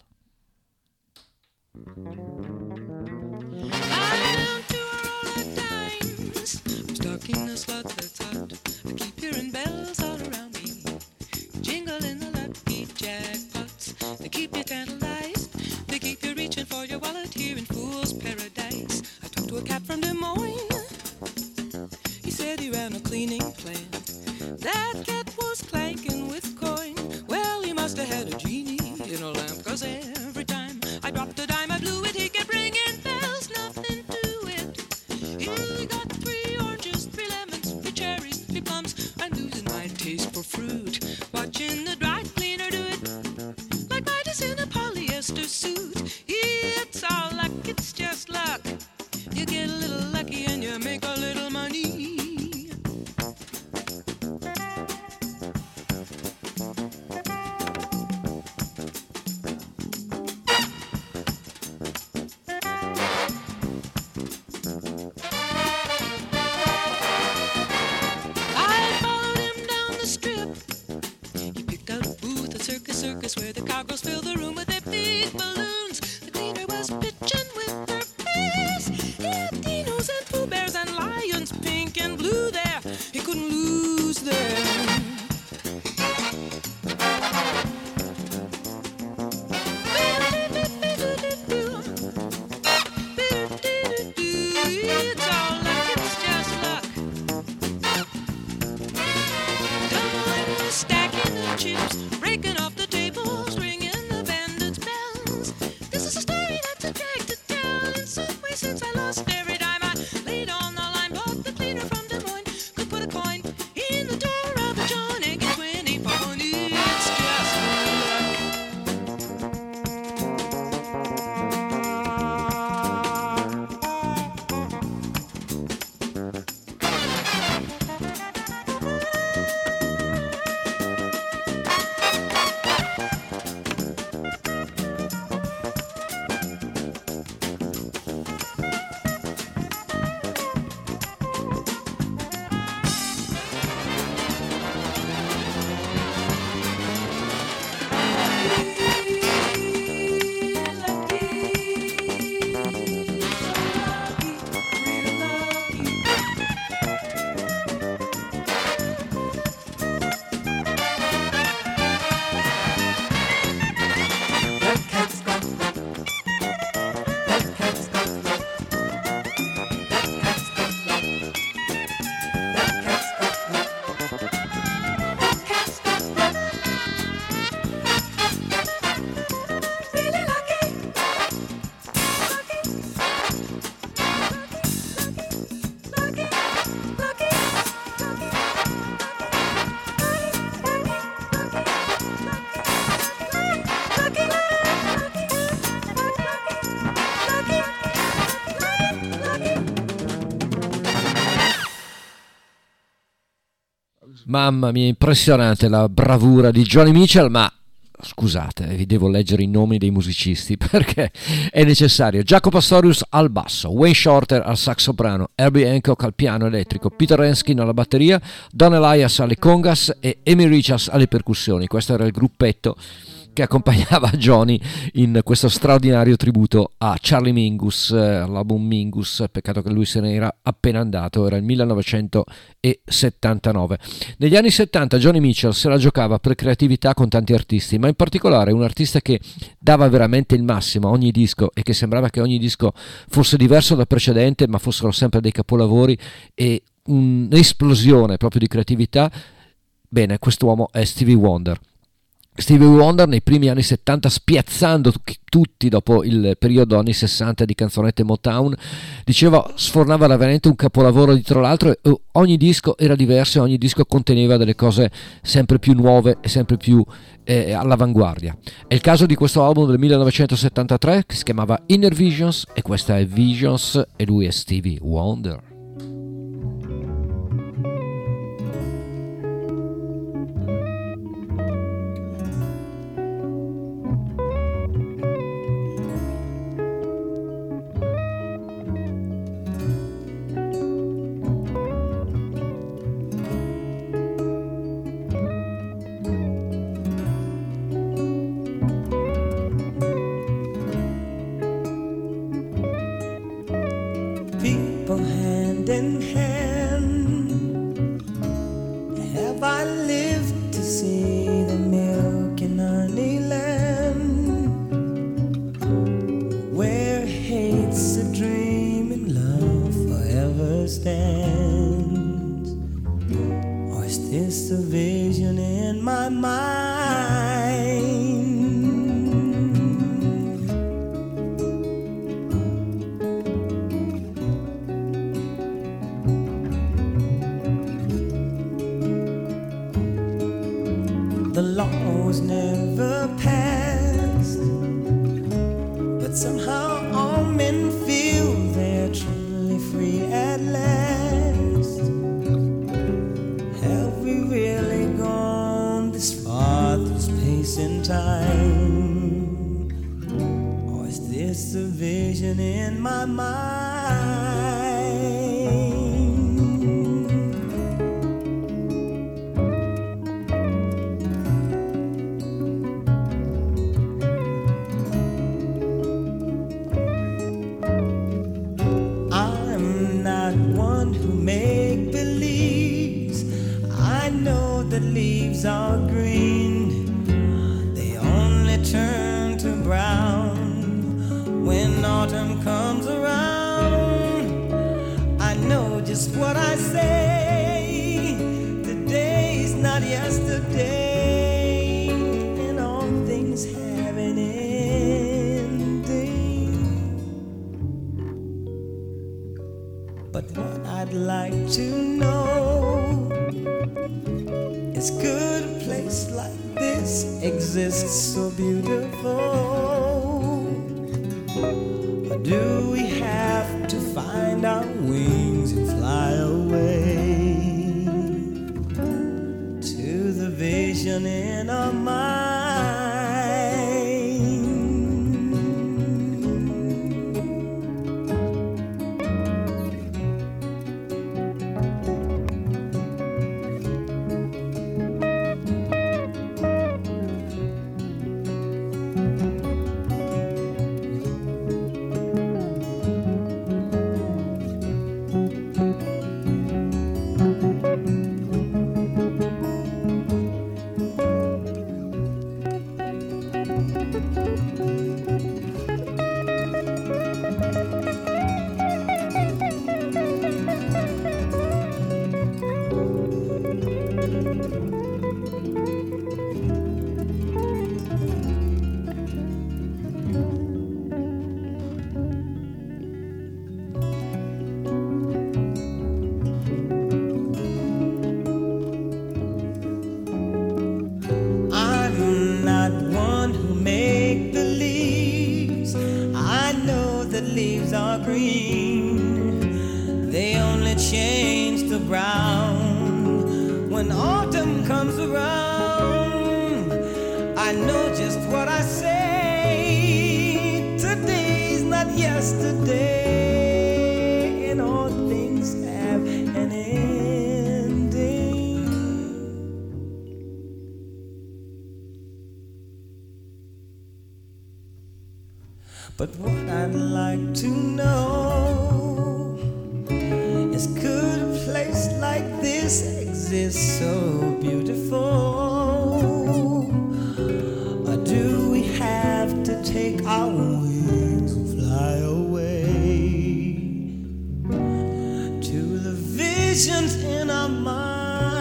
Stuck in a slot that's hot. I keep hearing bells all around me, jingling the lucky jackpots. They keep you tantalized, they keep you reaching for your wallet here in Fool's Paradise. I talked to a cat from Des Moines, he said he ran a cleaning plant. That cat was clanking with coin, well he must have had a genie in a lamp, 'cause every time I dropped a dime I blew it, he kept ringing bells, nothing to it. He got 3 oranges, 3 lemons, 3 cherries, 3 plums. I'm losing my taste for fruit, watching the dry cleaner do it like Midas in a polyester suit. It's all luck, it's just luck. You get a little lucky and you make a little money. the circus where the cowgirls fill the room with their big balloons. The cleaner was pitching with her face. He had dinos and Pooh Bears and lions, pink and blue there. He couldn't lose them. It's all luck, it's just luck. Doubling, stacking the chips, breaking off the tables, ringing the bandits' bells. This is a story that's a drag to tell. In some way since I lost every dime I laid on the line, bought the cleaner from Des Moines. Could put a coin in the door of a John and get 20 for one. It's just luck. Mamma mia, impressionante la bravura di Joni Mitchell, ma scusate, vi devo leggere i nomi dei musicisti perché è necessario. Jaco Pastorius al basso, Wayne Shorter al sax soprano, Herbie Hancock al piano elettrico, Peter Enskin alla batteria, Don Elias alle congas e Amy Richards alle percussioni. Questo era il gruppetto che accompagnava Joni in questo straordinario tributo a Charlie Mingus, l'album Mingus, peccato che lui se ne era appena andato, era il 1979. Negli anni 70 Joni Mitchell se la giocava per creatività con tanti artisti, ma in particolare un artista che dava veramente il massimo a ogni disco e che sembrava che ogni disco fosse diverso dal precedente, ma fossero sempre dei capolavori e un'esplosione proprio di creatività. Bene, quest'uomo è Stevie Wonder. Stevie Wonder nei primi anni 70, spiazzando tutti dopo il periodo anni 60 di canzonette Motown, diceva, sfornava veramente un capolavoro dietro l'altro e ogni disco era diverso e ogni disco conteneva delle cose sempre più nuove e sempre più all'avanguardia. È il caso di questo album del 1973 che si chiamava Inner Visions e questa è Visions e lui è Stevie Wonder. Hand in hand, have I lived to see the milk and honey land, where hate's a dream and love forever stands? Or is this a vision in my mind? The law was never passed, but somehow all men feel they're truly free at last. Have we really gone this far through space and time? Or is this a vision in my mind? I'd like to know is, could a place like this exist so beautiful? Or do we have to find our wings and fly away to the vision in our mind? But what I'd like to know is, could a place like this exist so beautiful? Or do we have to take our wings and fly away to the visions in our mind?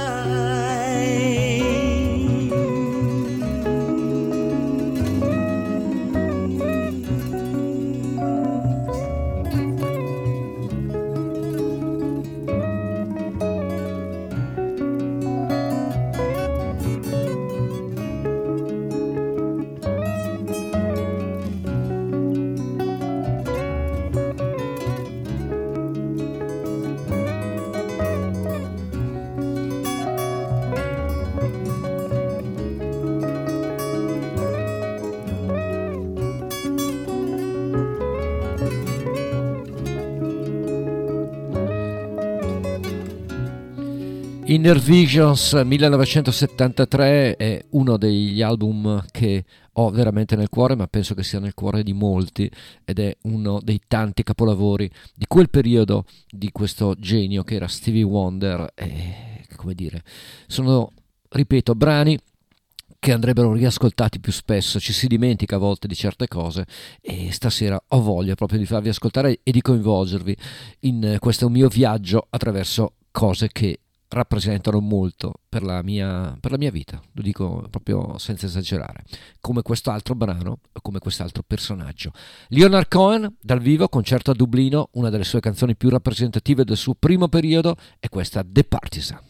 Inner Visions 1973 è uno degli album che ho veramente nel cuore, ma penso che sia nel cuore di molti, ed è uno dei tanti capolavori di quel periodo di questo genio che era Stevie Wonder. E, come dire, sono, ripeto, brani che andrebbero riascoltati più spesso. Ci si dimentica a volte di certe cose, e stasera ho voglia proprio di farvi ascoltare e di coinvolgervi in questo mio viaggio attraverso cose che rappresentano molto per la mia vita, lo dico proprio senza esagerare, come quest'altro brano, come quest'altro personaggio. Leonard Cohen dal vivo, concerto a Dublino. Una delle sue canzoni più rappresentative del suo primo periodo è questa, The Partisan.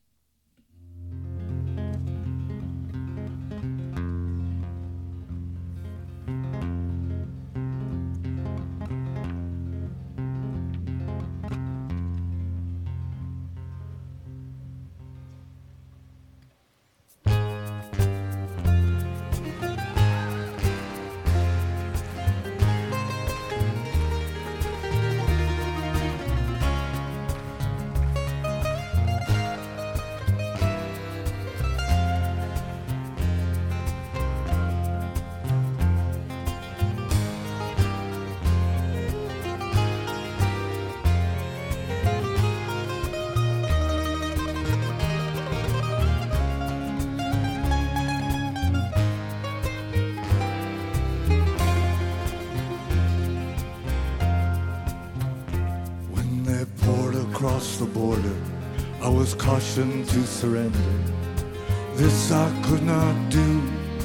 Across the border, I was cautioned to surrender. This I could not do.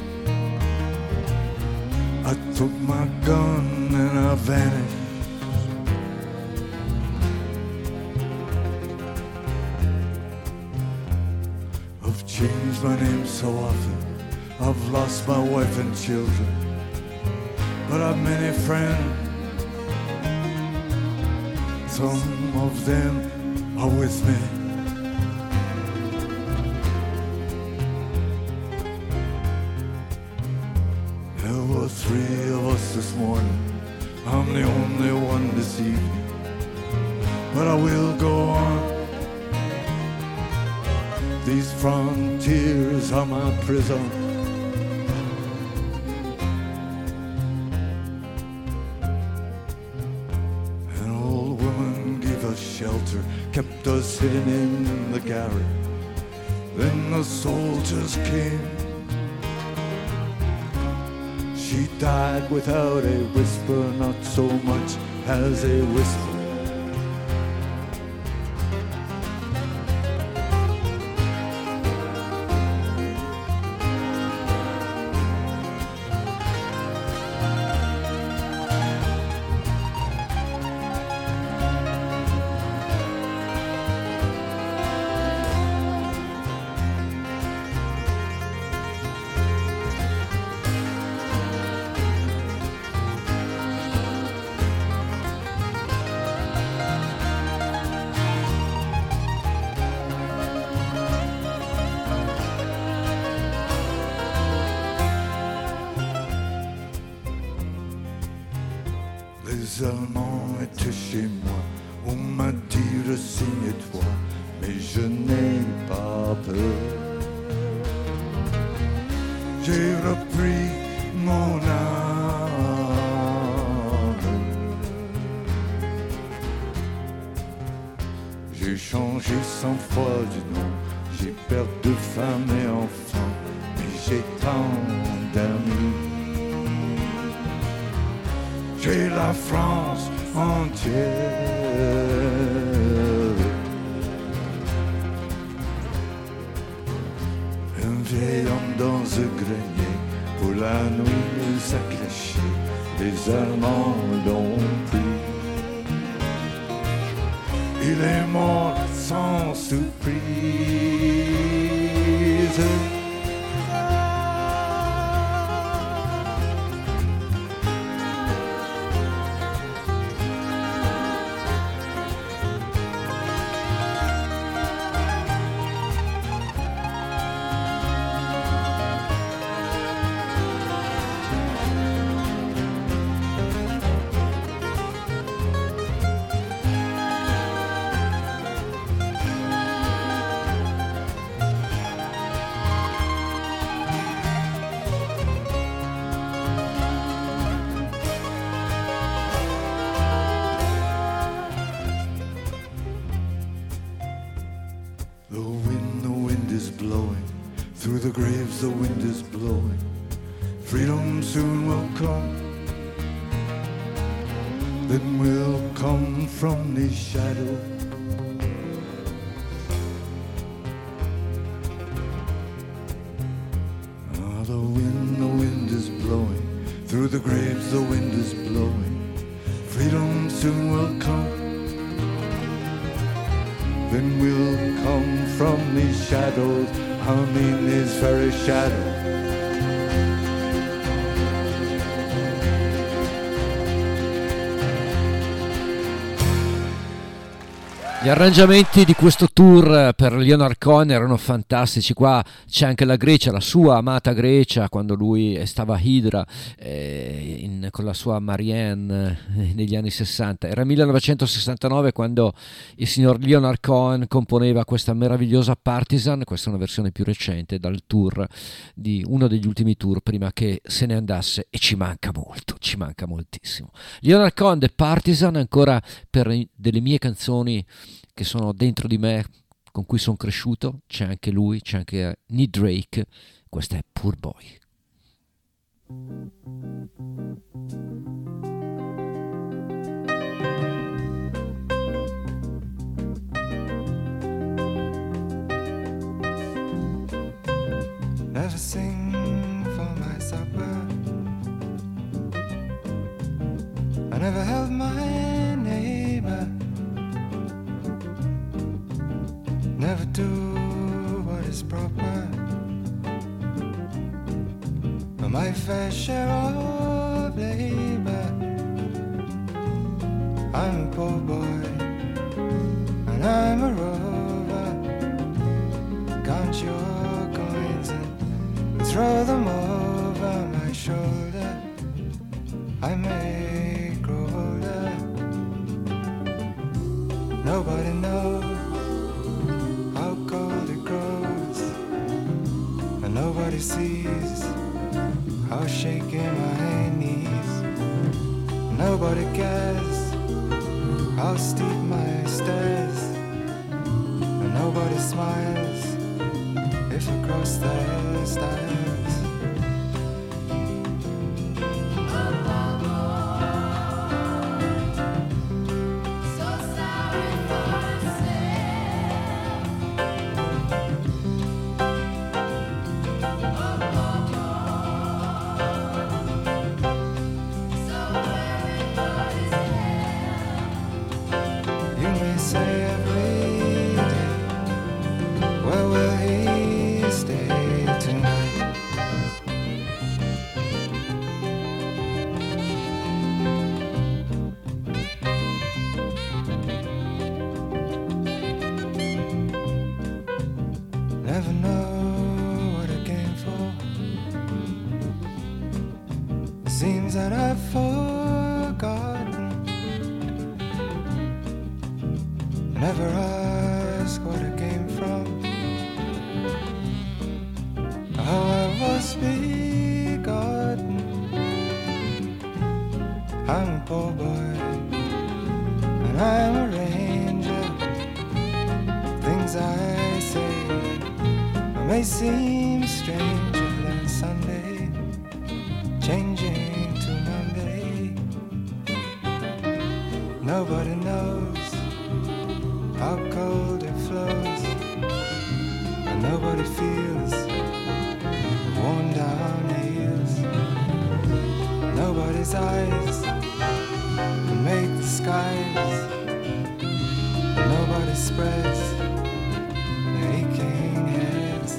I took my gun and I vanished. changed my name so often. I've lost my wife and children, but I've many friends. Some of them are with me. There were 3 of us this morning. I'm the only one this evening, but I will go on. These frontiers are my prison. An old woman gave us shelter, kept us hidden in the garret. Then the soldiers came. She died without a whisper, not so much as a whisper. Les Allemands étaient chez moi, on m'a dit resigne-toi, mais je n'ai pas peur. J'ai repris mon âme, j'ai changé 100 fois de nom, j'ai perdu femme et enfant, mais j'ai tant d'amis. J'ai la France entière. Un vieil homme dans un grenier, pour la nuit nous a cachés, les Allemands l'ont pris. Il est mort sans surprise. Through the graves the wind is blowing. Freedom soon will come. Then we'll come from the shadow. Ah, the wind is blowing. Through the graves the wind is blowing. Freedom soon will come. Then we'll come from the shadows. I mean this very shadow. Gli arrangiamenti di questo tour per Leonard Cohen erano fantastici. Qua c'è anche la Grecia, la sua amata Grecia, quando lui stava a Hydra con la sua Marianne negli anni 60. Era 1969 quando il signor Leonard Cohen componeva questa meravigliosa Partisan. Questa è una versione più recente dal tour, di uno degli ultimi tour prima che se ne andasse, e ci manca molto, ci manca moltissimo. Leonard Cohen, The Partisan, ancora per delle mie canzoni che sono dentro di me, con cui sono cresciuto. C'è anche lui, c'è anche Nick Drake. Questa è Poor Boy. Never sing for my supper. I never held my neighbor. Never do what is proper. my fair share of labor. I'm a poor boy, and I'm a rover. Count your coins and throw them over my shoulder. I may grow older. Nobody knows how cold it grows, and nobody sees how shaky my knees. Nobody cares how steep my stairs, and nobody smiles if I cross their stairs. Never know what I came for. It seems that I've forgotten. Never ask what I came from, how I was begotten. I'm a poor boy, and I'm a ranger. Things I say may seem stranger than Sunday, changing to Monday. Nobody knows how cold it flows, and nobody feels the worn down heels. Nobody's eyes can make the skies, and nobody spreads the aching heads.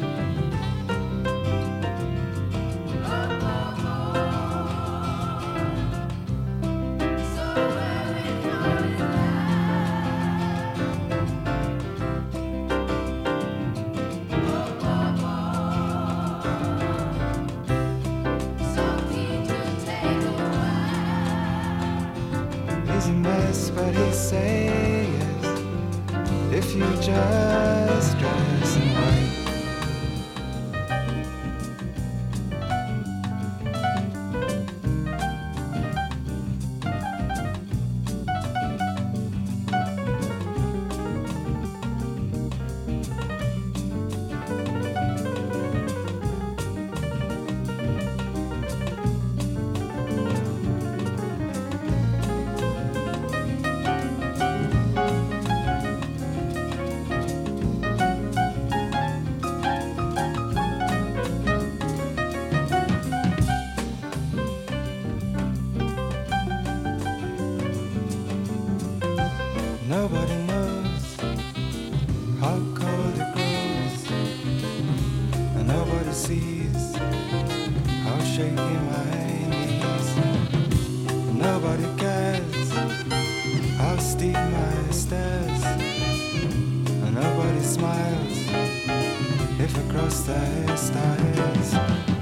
He's a mess, but he says if you just dress in white. Nobody knows how cold it grows, and nobody sees how shaky my knees. Nobody cares how steep my stairs, and nobody smiles if I cross their stairs.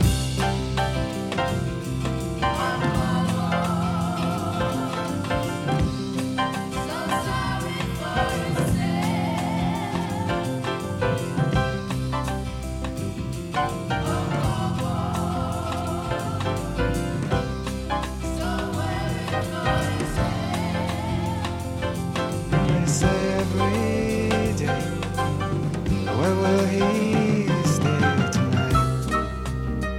Every day, where will he stay tonight?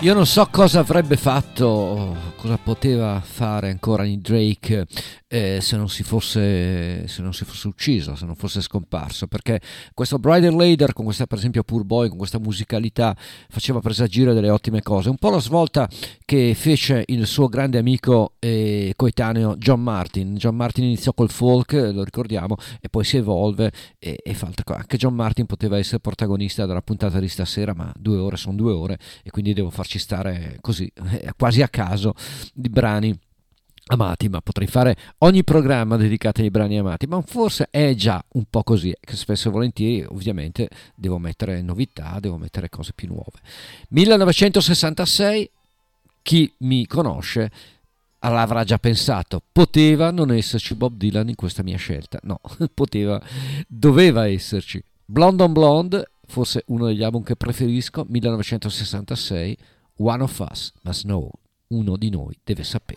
Io non so cosa avrebbe fatto, cosa poteva fare ancora Nick Drake se non si fosse ucciso, se non fosse scomparso, perché questo Bridal Lader con questa, per esempio, Poor Boy, con questa musicalità faceva presagire delle ottime cose, un po' la svolta che fece il suo grande amico e coetaneo John Martin. John Martin iniziò col folk, lo ricordiamo, e poi si evolve e fa altre cose. Anche John Martin poteva essere protagonista della puntata di stasera, ma 2 ore sono 2 ore e quindi devo farci stare così quasi a caso di brani amati, ma potrei fare ogni programma dedicato ai brani amati, ma forse è già un po' così, che spesso e volentieri ovviamente devo mettere novità, devo mettere cose più nuove. 1966, chi mi conosce l'avrà già pensato, poteva non esserci Bob Dylan in questa mia scelta, no, doveva esserci. Blonde on Blonde, forse uno degli album che preferisco, 1966, One of Us Must Know, uno di noi deve sapere.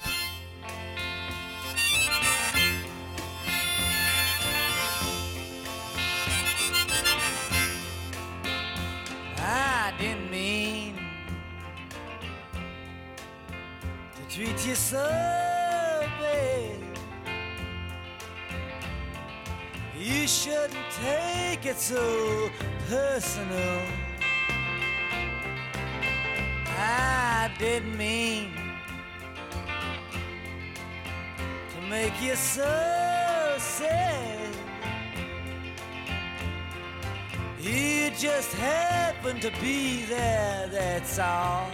I didn't mean to treat you so bad. You shouldn't take it so personal. I didn't mean to make you so sad. You just happened to be there, that's all.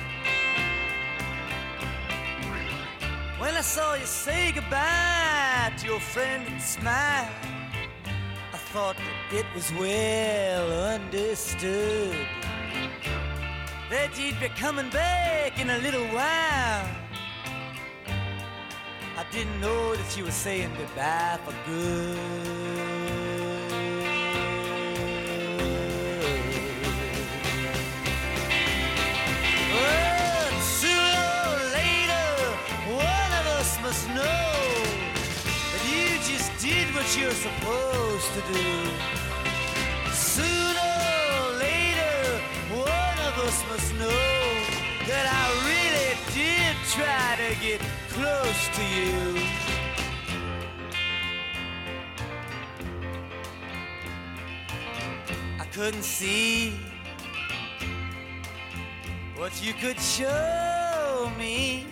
When I saw you say goodbye to your friend and smile, I thought that it was well understood that you'd be coming back in a little while. I didn't know that you were saying goodbye for good. But sooner or later, one of us must know that you just did what you're supposed to do. Sooner or later, one of us must know that I really did try to get close to you. I couldn't see what you could show me.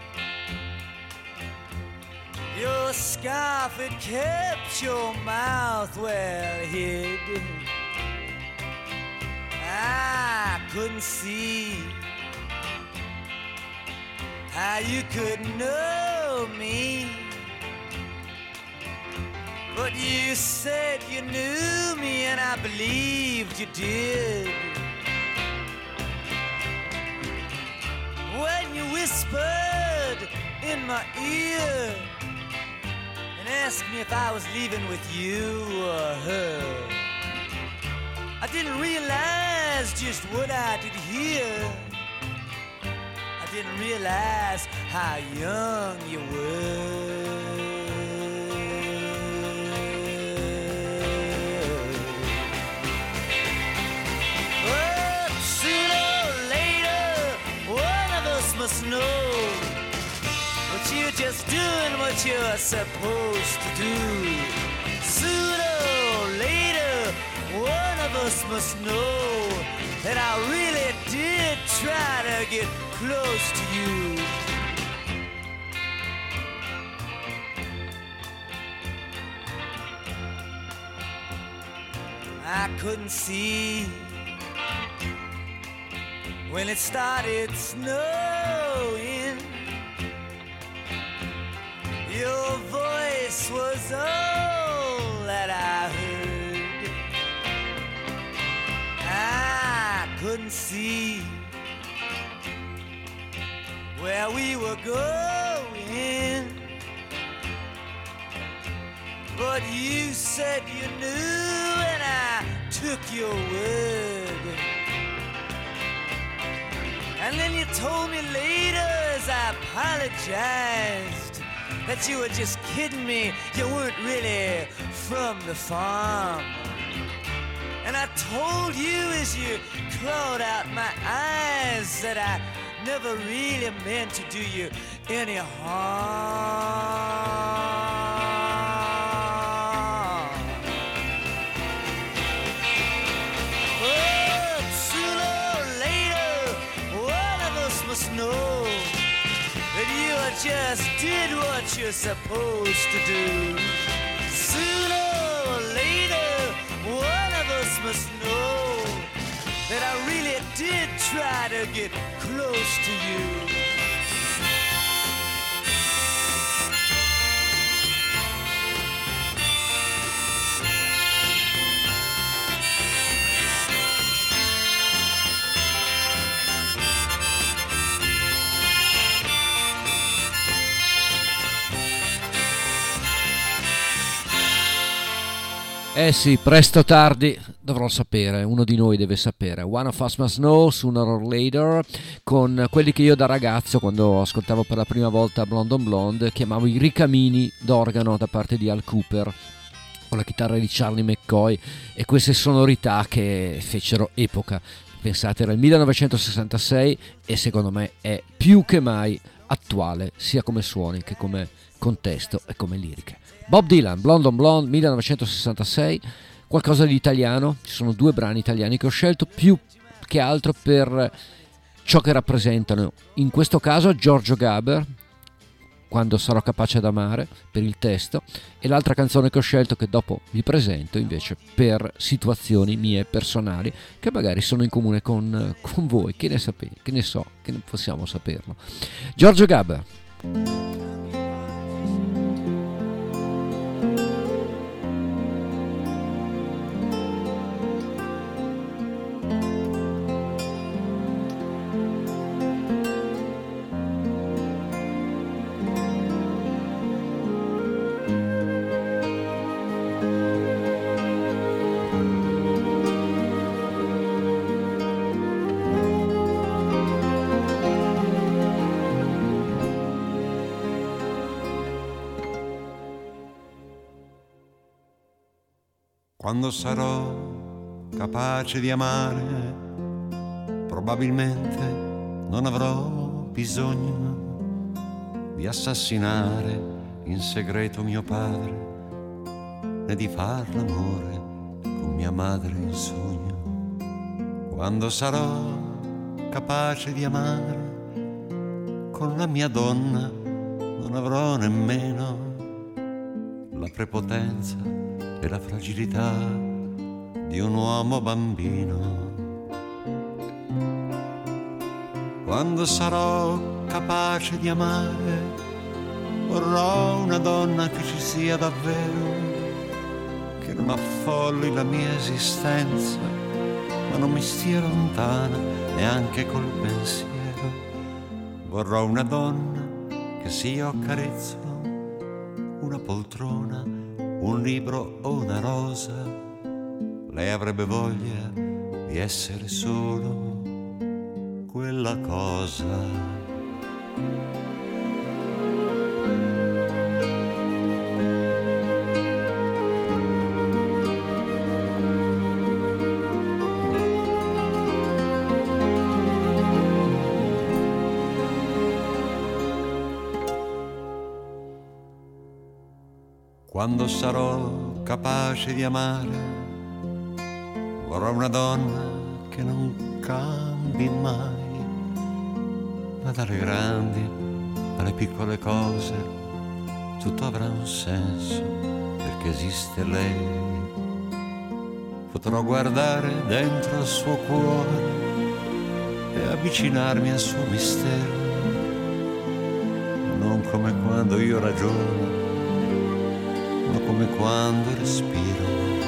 Your scarf, it kept your mouth well hid. I couldn't see how you could know me, but you said you knew me and I believed you did. When you whispered in my ear and asked me if I was leaving with you or her, I didn't realize just what I did hear. I didn't realize how young you were. But sooner or later, one of us must know that you're just doing what you're supposed to do. Sooner or later, one of us must know that I really did try to get close to you. I couldn't see when it started snowing. Your voice was all that I heard. I couldn't see where we were going, but you said you knew and I took your word. And then you told me later as I apologized that you were just kidding me, you weren't really from the farm. And And I told you as you clawed out my eyes that I never really meant to do you any harm. But sooner or later, one of us must know that you just did what you're supposed to do. Sooner or later, one of us must know that I really did try to get close to you. Eh sì, presto o tardi dovrò sapere, uno di noi deve sapere. One of Us Must Know, Sooner or Later, con quelli che io da ragazzo, quando ascoltavo per la prima volta Blonde on Blonde, chiamavo i ricamini d'organo da parte di Al Cooper, con la chitarra di Charlie McCoy, e queste sonorità che fecero epoca. Pensate, era il 1966 e secondo me è più che mai attuale, sia come suoni che come contesto e come liriche. Bob Dylan, Blonde on Blonde, 1966, qualcosa di italiano. Ci sono due brani italiani che ho scelto più che altro per ciò che rappresentano. In questo caso Giorgio Gaber, Quando sarò capace d'amare, per il testo, e l'altra canzone che ho scelto, che dopo vi presento, invece per situazioni mie personali che magari sono in comune con voi. Che ne sapete, che ne so, che ne possiamo saperlo. Giorgio Gaber. Quando sarò capace di amare, probabilmente non avrò bisogno di assassinare in segreto mio padre, né di far l'amore con mia madre in sogno. Quando sarò capace di amare, con la mia donna non avrò nemmeno la prepotenza e la fragilità di un uomo bambino. Quando sarò capace di amare, vorrò una donna che ci sia davvero, che non affolli la mia esistenza, ma non mi stia lontana neanche col pensiero. Vorrò una donna che se io accarezzo una poltrona, un libro o una rosa, lei avrebbe voglia di essere solo quella cosa. Quando sarò capace di amare, vorrò una donna che non cambi mai, ma dalle grandi alle piccole cose tutto avrà un senso, perché esiste lei. Potrò guardare dentro al suo cuore e avvicinarmi al suo mistero, non come quando io ragiono, ma come quando respiro.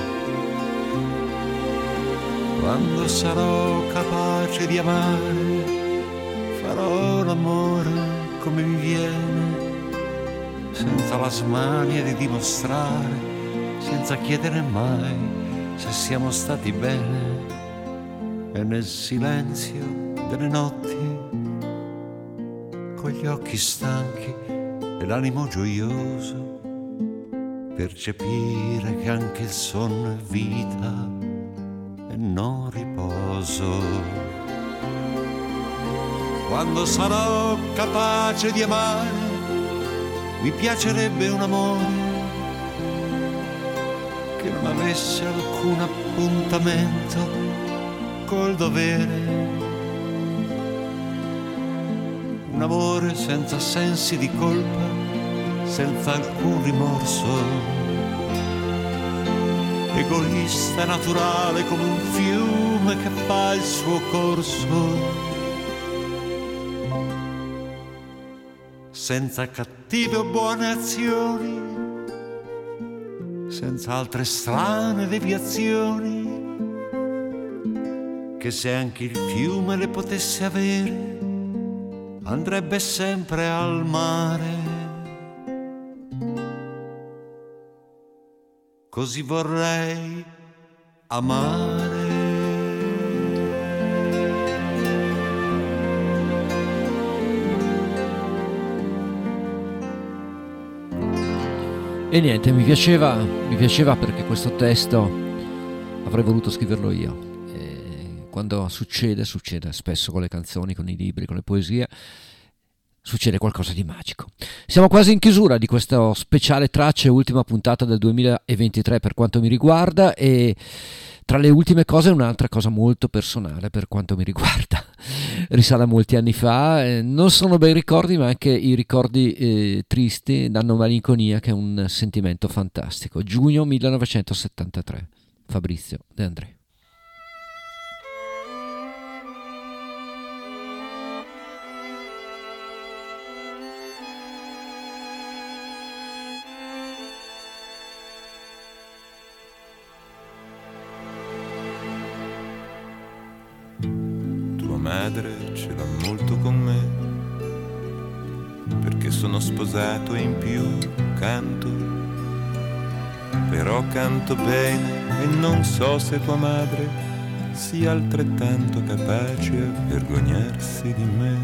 Quando sarò capace di amare, farò l'amore come mi viene, senza la smania di dimostrare, senza chiedere mai se siamo stati bene. E nel silenzio delle notti, con gli occhi stanchi e l'animo gioioso, percepire che anche il sonno è vita e non riposo. Quando sarò capace di amare, mi piacerebbe un amore che non avesse alcun appuntamento col dovere. Un amore senza sensi di colpa, senza alcun rimorso, egoista e naturale come un fiume che fa il suo corso, senza cattive o buone azioni, senza altre strane deviazioni, che se anche il fiume le potesse avere andrebbe sempre al mare. Così vorrei amare. E niente, mi piaceva perché questo testo avrei voluto scriverlo io. Quando succede spesso con le canzoni, con i libri, con le poesie, succede qualcosa di magico. Siamo quasi in chiusura di questo speciale tracce, ultima puntata del 2023 per quanto mi riguarda, e tra le ultime cose un'altra cosa molto personale per quanto mi riguarda. Risale a molti anni fa, non sono bei ricordi, ma anche i ricordi tristi danno malinconia, che è un sentimento fantastico. Giugno 1973, Fabrizio De André. Madre ce l'ha molto con me, perché sono sposato e in più canto, però canto bene e non so se tua madre sia altrettanto capace a vergognarsi di me.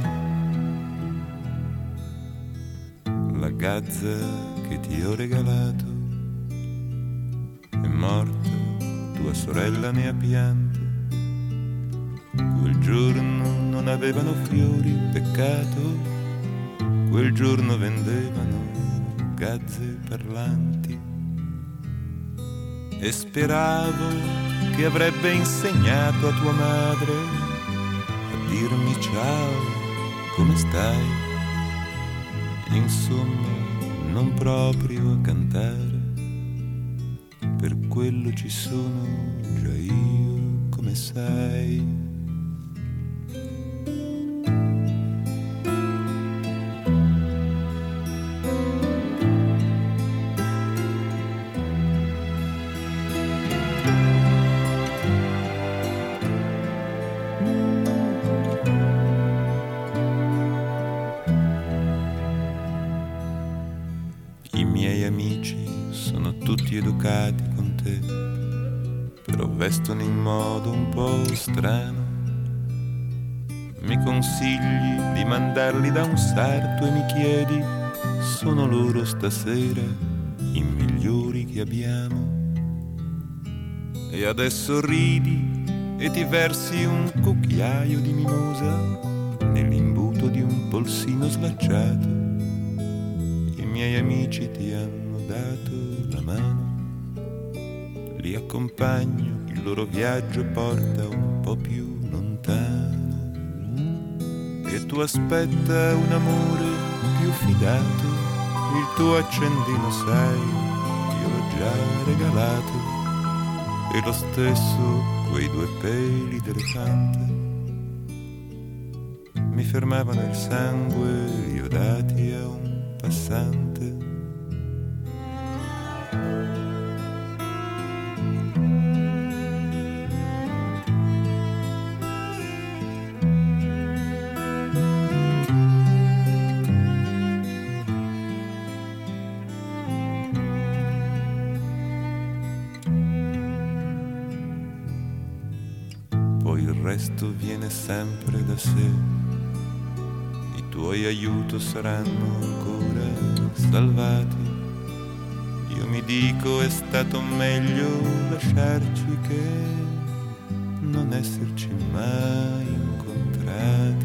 La gazza che ti ho regalato è morta, tua sorella ne ha pianto. Quel giorno non avevano fiori, peccato, quel giorno vendevano gazze parlanti. E speravo che avrebbe insegnato a tua madre a dirmi ciao, come stai? Insomma, non proprio a cantare, per quello ci sono già io, come sai. Educati con te, però vestono in modo un po' strano. Mi consigli di mandarli da un sarto e mi chiedi, sono loro stasera i migliori che abbiamo? E adesso ridi e ti versi un cucchiaio di mimosa nell'imbuto di un polsino slacciato. I miei amici ti hanno dato la mano, li accompagno, il loro viaggio porta un po' più lontano. E tu aspetta un amore più fidato, il tuo accendino sai, io l'ho già regalato. E lo stesso quei 2 peli d'elefante mi fermavano il sangue, li ho dati a un passante. Il resto viene sempre da sé, i tuoi aiuti saranno ancora salvati. Io mi dico è stato meglio lasciarci che non esserci mai incontrati.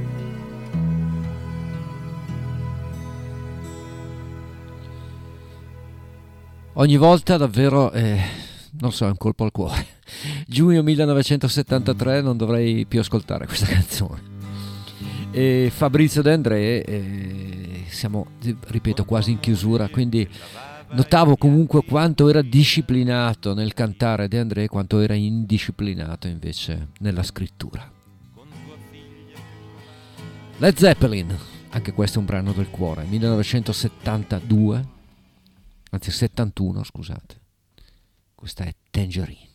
Ogni volta davvero, non so, è un colpo al cuore. Giugno 1973, non dovrei più ascoltare questa canzone. E Fabrizio De André, siamo, ripeto, quasi in chiusura, quindi notavo comunque quanto era disciplinato nel cantare De André, quanto era indisciplinato invece nella scrittura. Led Zeppelin, anche questo è un brano del cuore, 1972, anzi 71, scusate. Questa è Tangerine.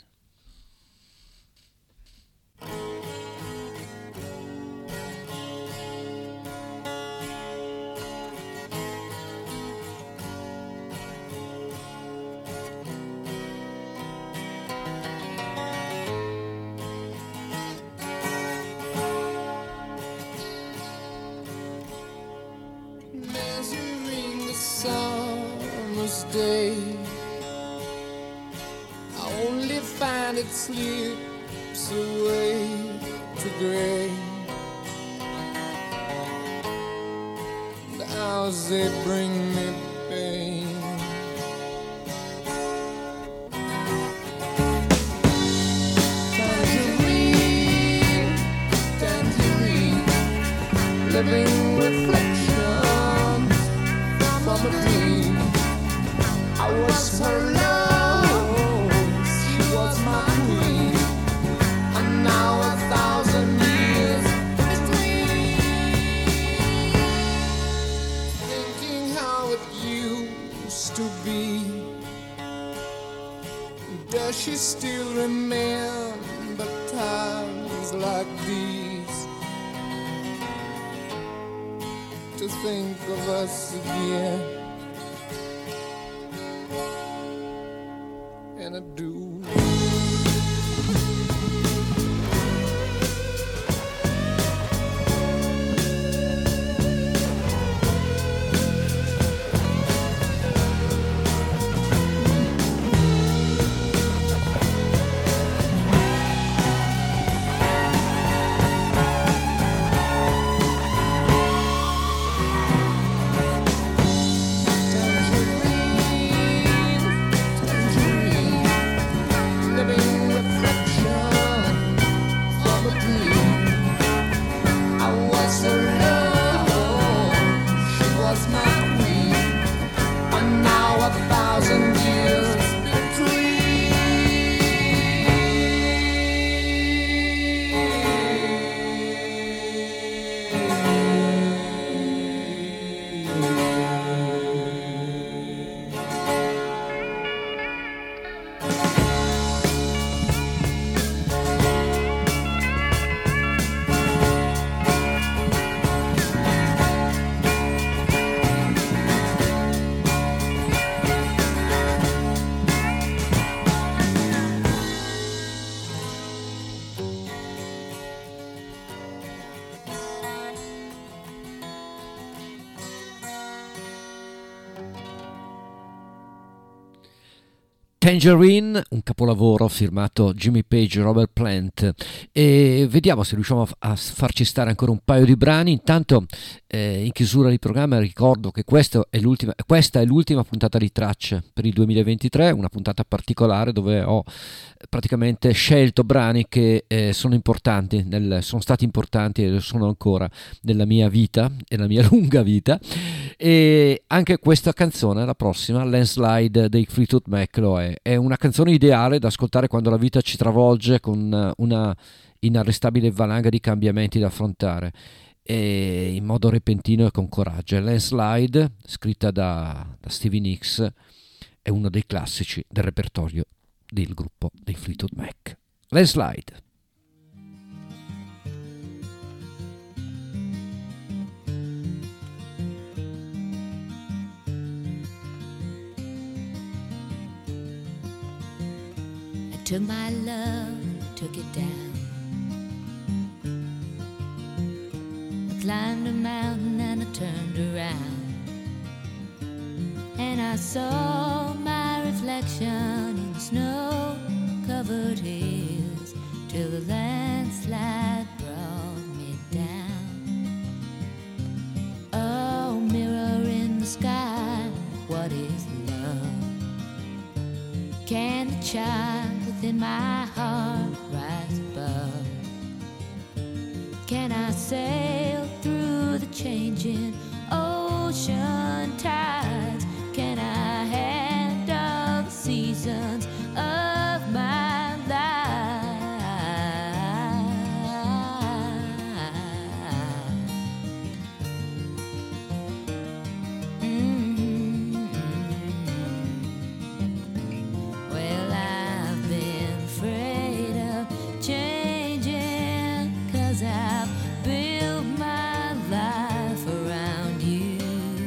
Measuring the summer's day, I only find it slips away to gray. The hours they bring me pain. Tangerine, tangerine, living reflections from a dream. I was her love, she was my queen, and now 1,000 years between. Thinking how it used to be, does she still remember times like these? To think of us again, and I do. Tangerine, un capolavoro firmato Jimmy Page e Robert Plant, e vediamo se riusciamo a farci stare ancora un paio di brani. Intanto in chiusura di programma ricordo che questa è l'ultima puntata di Tracce per il 2023, una puntata particolare dove ho praticamente scelto brani che sono importanti, sono stati importanti e lo sono ancora nella mia vita e la mia lunga vita. E anche questa canzone, la prossima, Landslide dei Fleetwood Mac, lo è una canzone ideale da ascoltare quando la vita ci travolge con una inarrestabile valanga di cambiamenti da affrontare, e in modo repentino e con coraggio. Landslide, scritta da Stevie Nicks, è uno dei classici del repertorio del gruppo dei Fleetwood Mac. Landslide. Took my love, took it down. I climbed a mountain and I turned around, and I saw my reflection in the snow-covered hills. till the landslide brought me down. Oh, mirror in the sky, what is love? Can the child within my heart rise above? Can I sail through the changing ocean tides? Can I handle the seasons of my life? Well, I've been afraid of changing, 'cause I've built my life around you.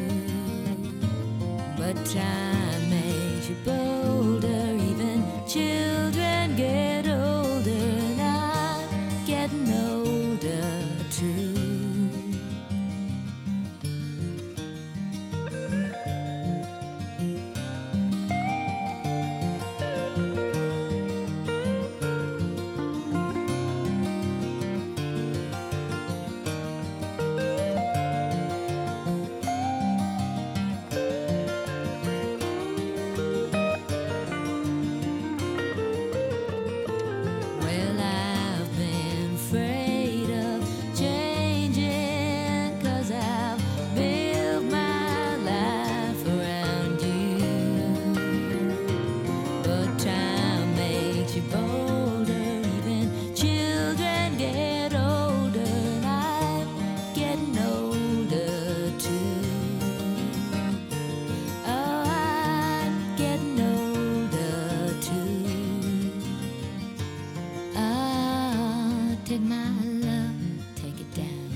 But time makes you bolder, even children get older, and I'm getting older too. Well, I've been afraid of changing, 'cause I've built my life around you. But time makes you bolder, even children get older, and I'm getting older too. Oh, I'm getting older too. Ah, take my love, take it down.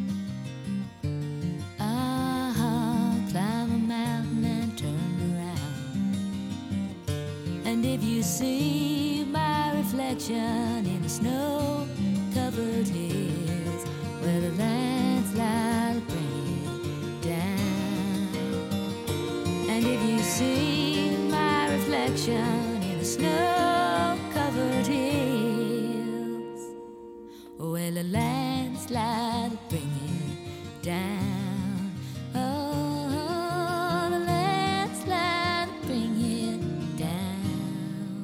Ah, climb a mountain and turn around. And if you see my reflection in the snow-covered hills, where the landslide will bring it down. And if you see my reflection in the snow-covered hills, well, the landslide will bring it down. Oh, the landslide will bring it down.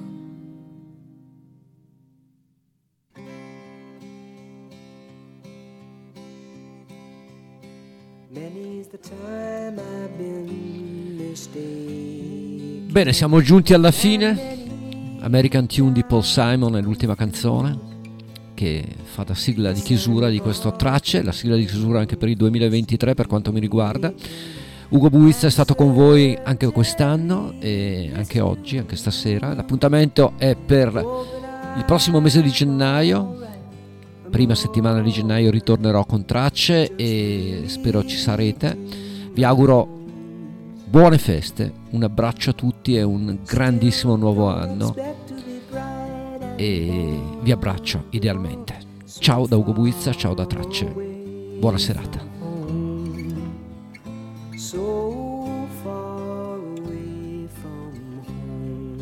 Many's the time I've been mistaken. Bene, siamo giunti alla fine. American Tune di Paul Simon è l'ultima canzone che fa da sigla di chiusura di questo Tracce, la sigla di chiusura anche per il 2023 per quanto mi riguarda. Ugo Buizza è stato con voi anche quest'anno e anche oggi, anche stasera. L'appuntamento è per il prossimo mese di gennaio. Prima settimana di gennaio ritornerò con Tracce e spero ci sarete. Vi auguro buone feste, un abbraccio a tutti e un grandissimo nuovo anno, e vi abbraccio idealmente. Ciao da Ugo Buizza, ciao da Tracce, buona serata. So far away from home,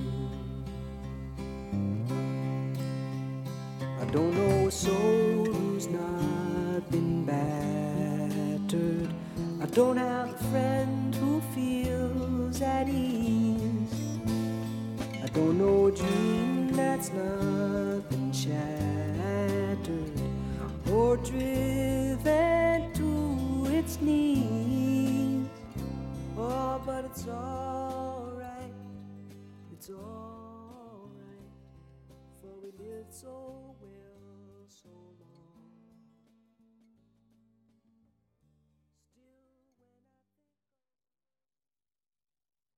I don't know a soul who's not been battered. I don't have a friend who feels at ease. I don't know a dream that's not been shattered or driven to its knees. Oh, but it's all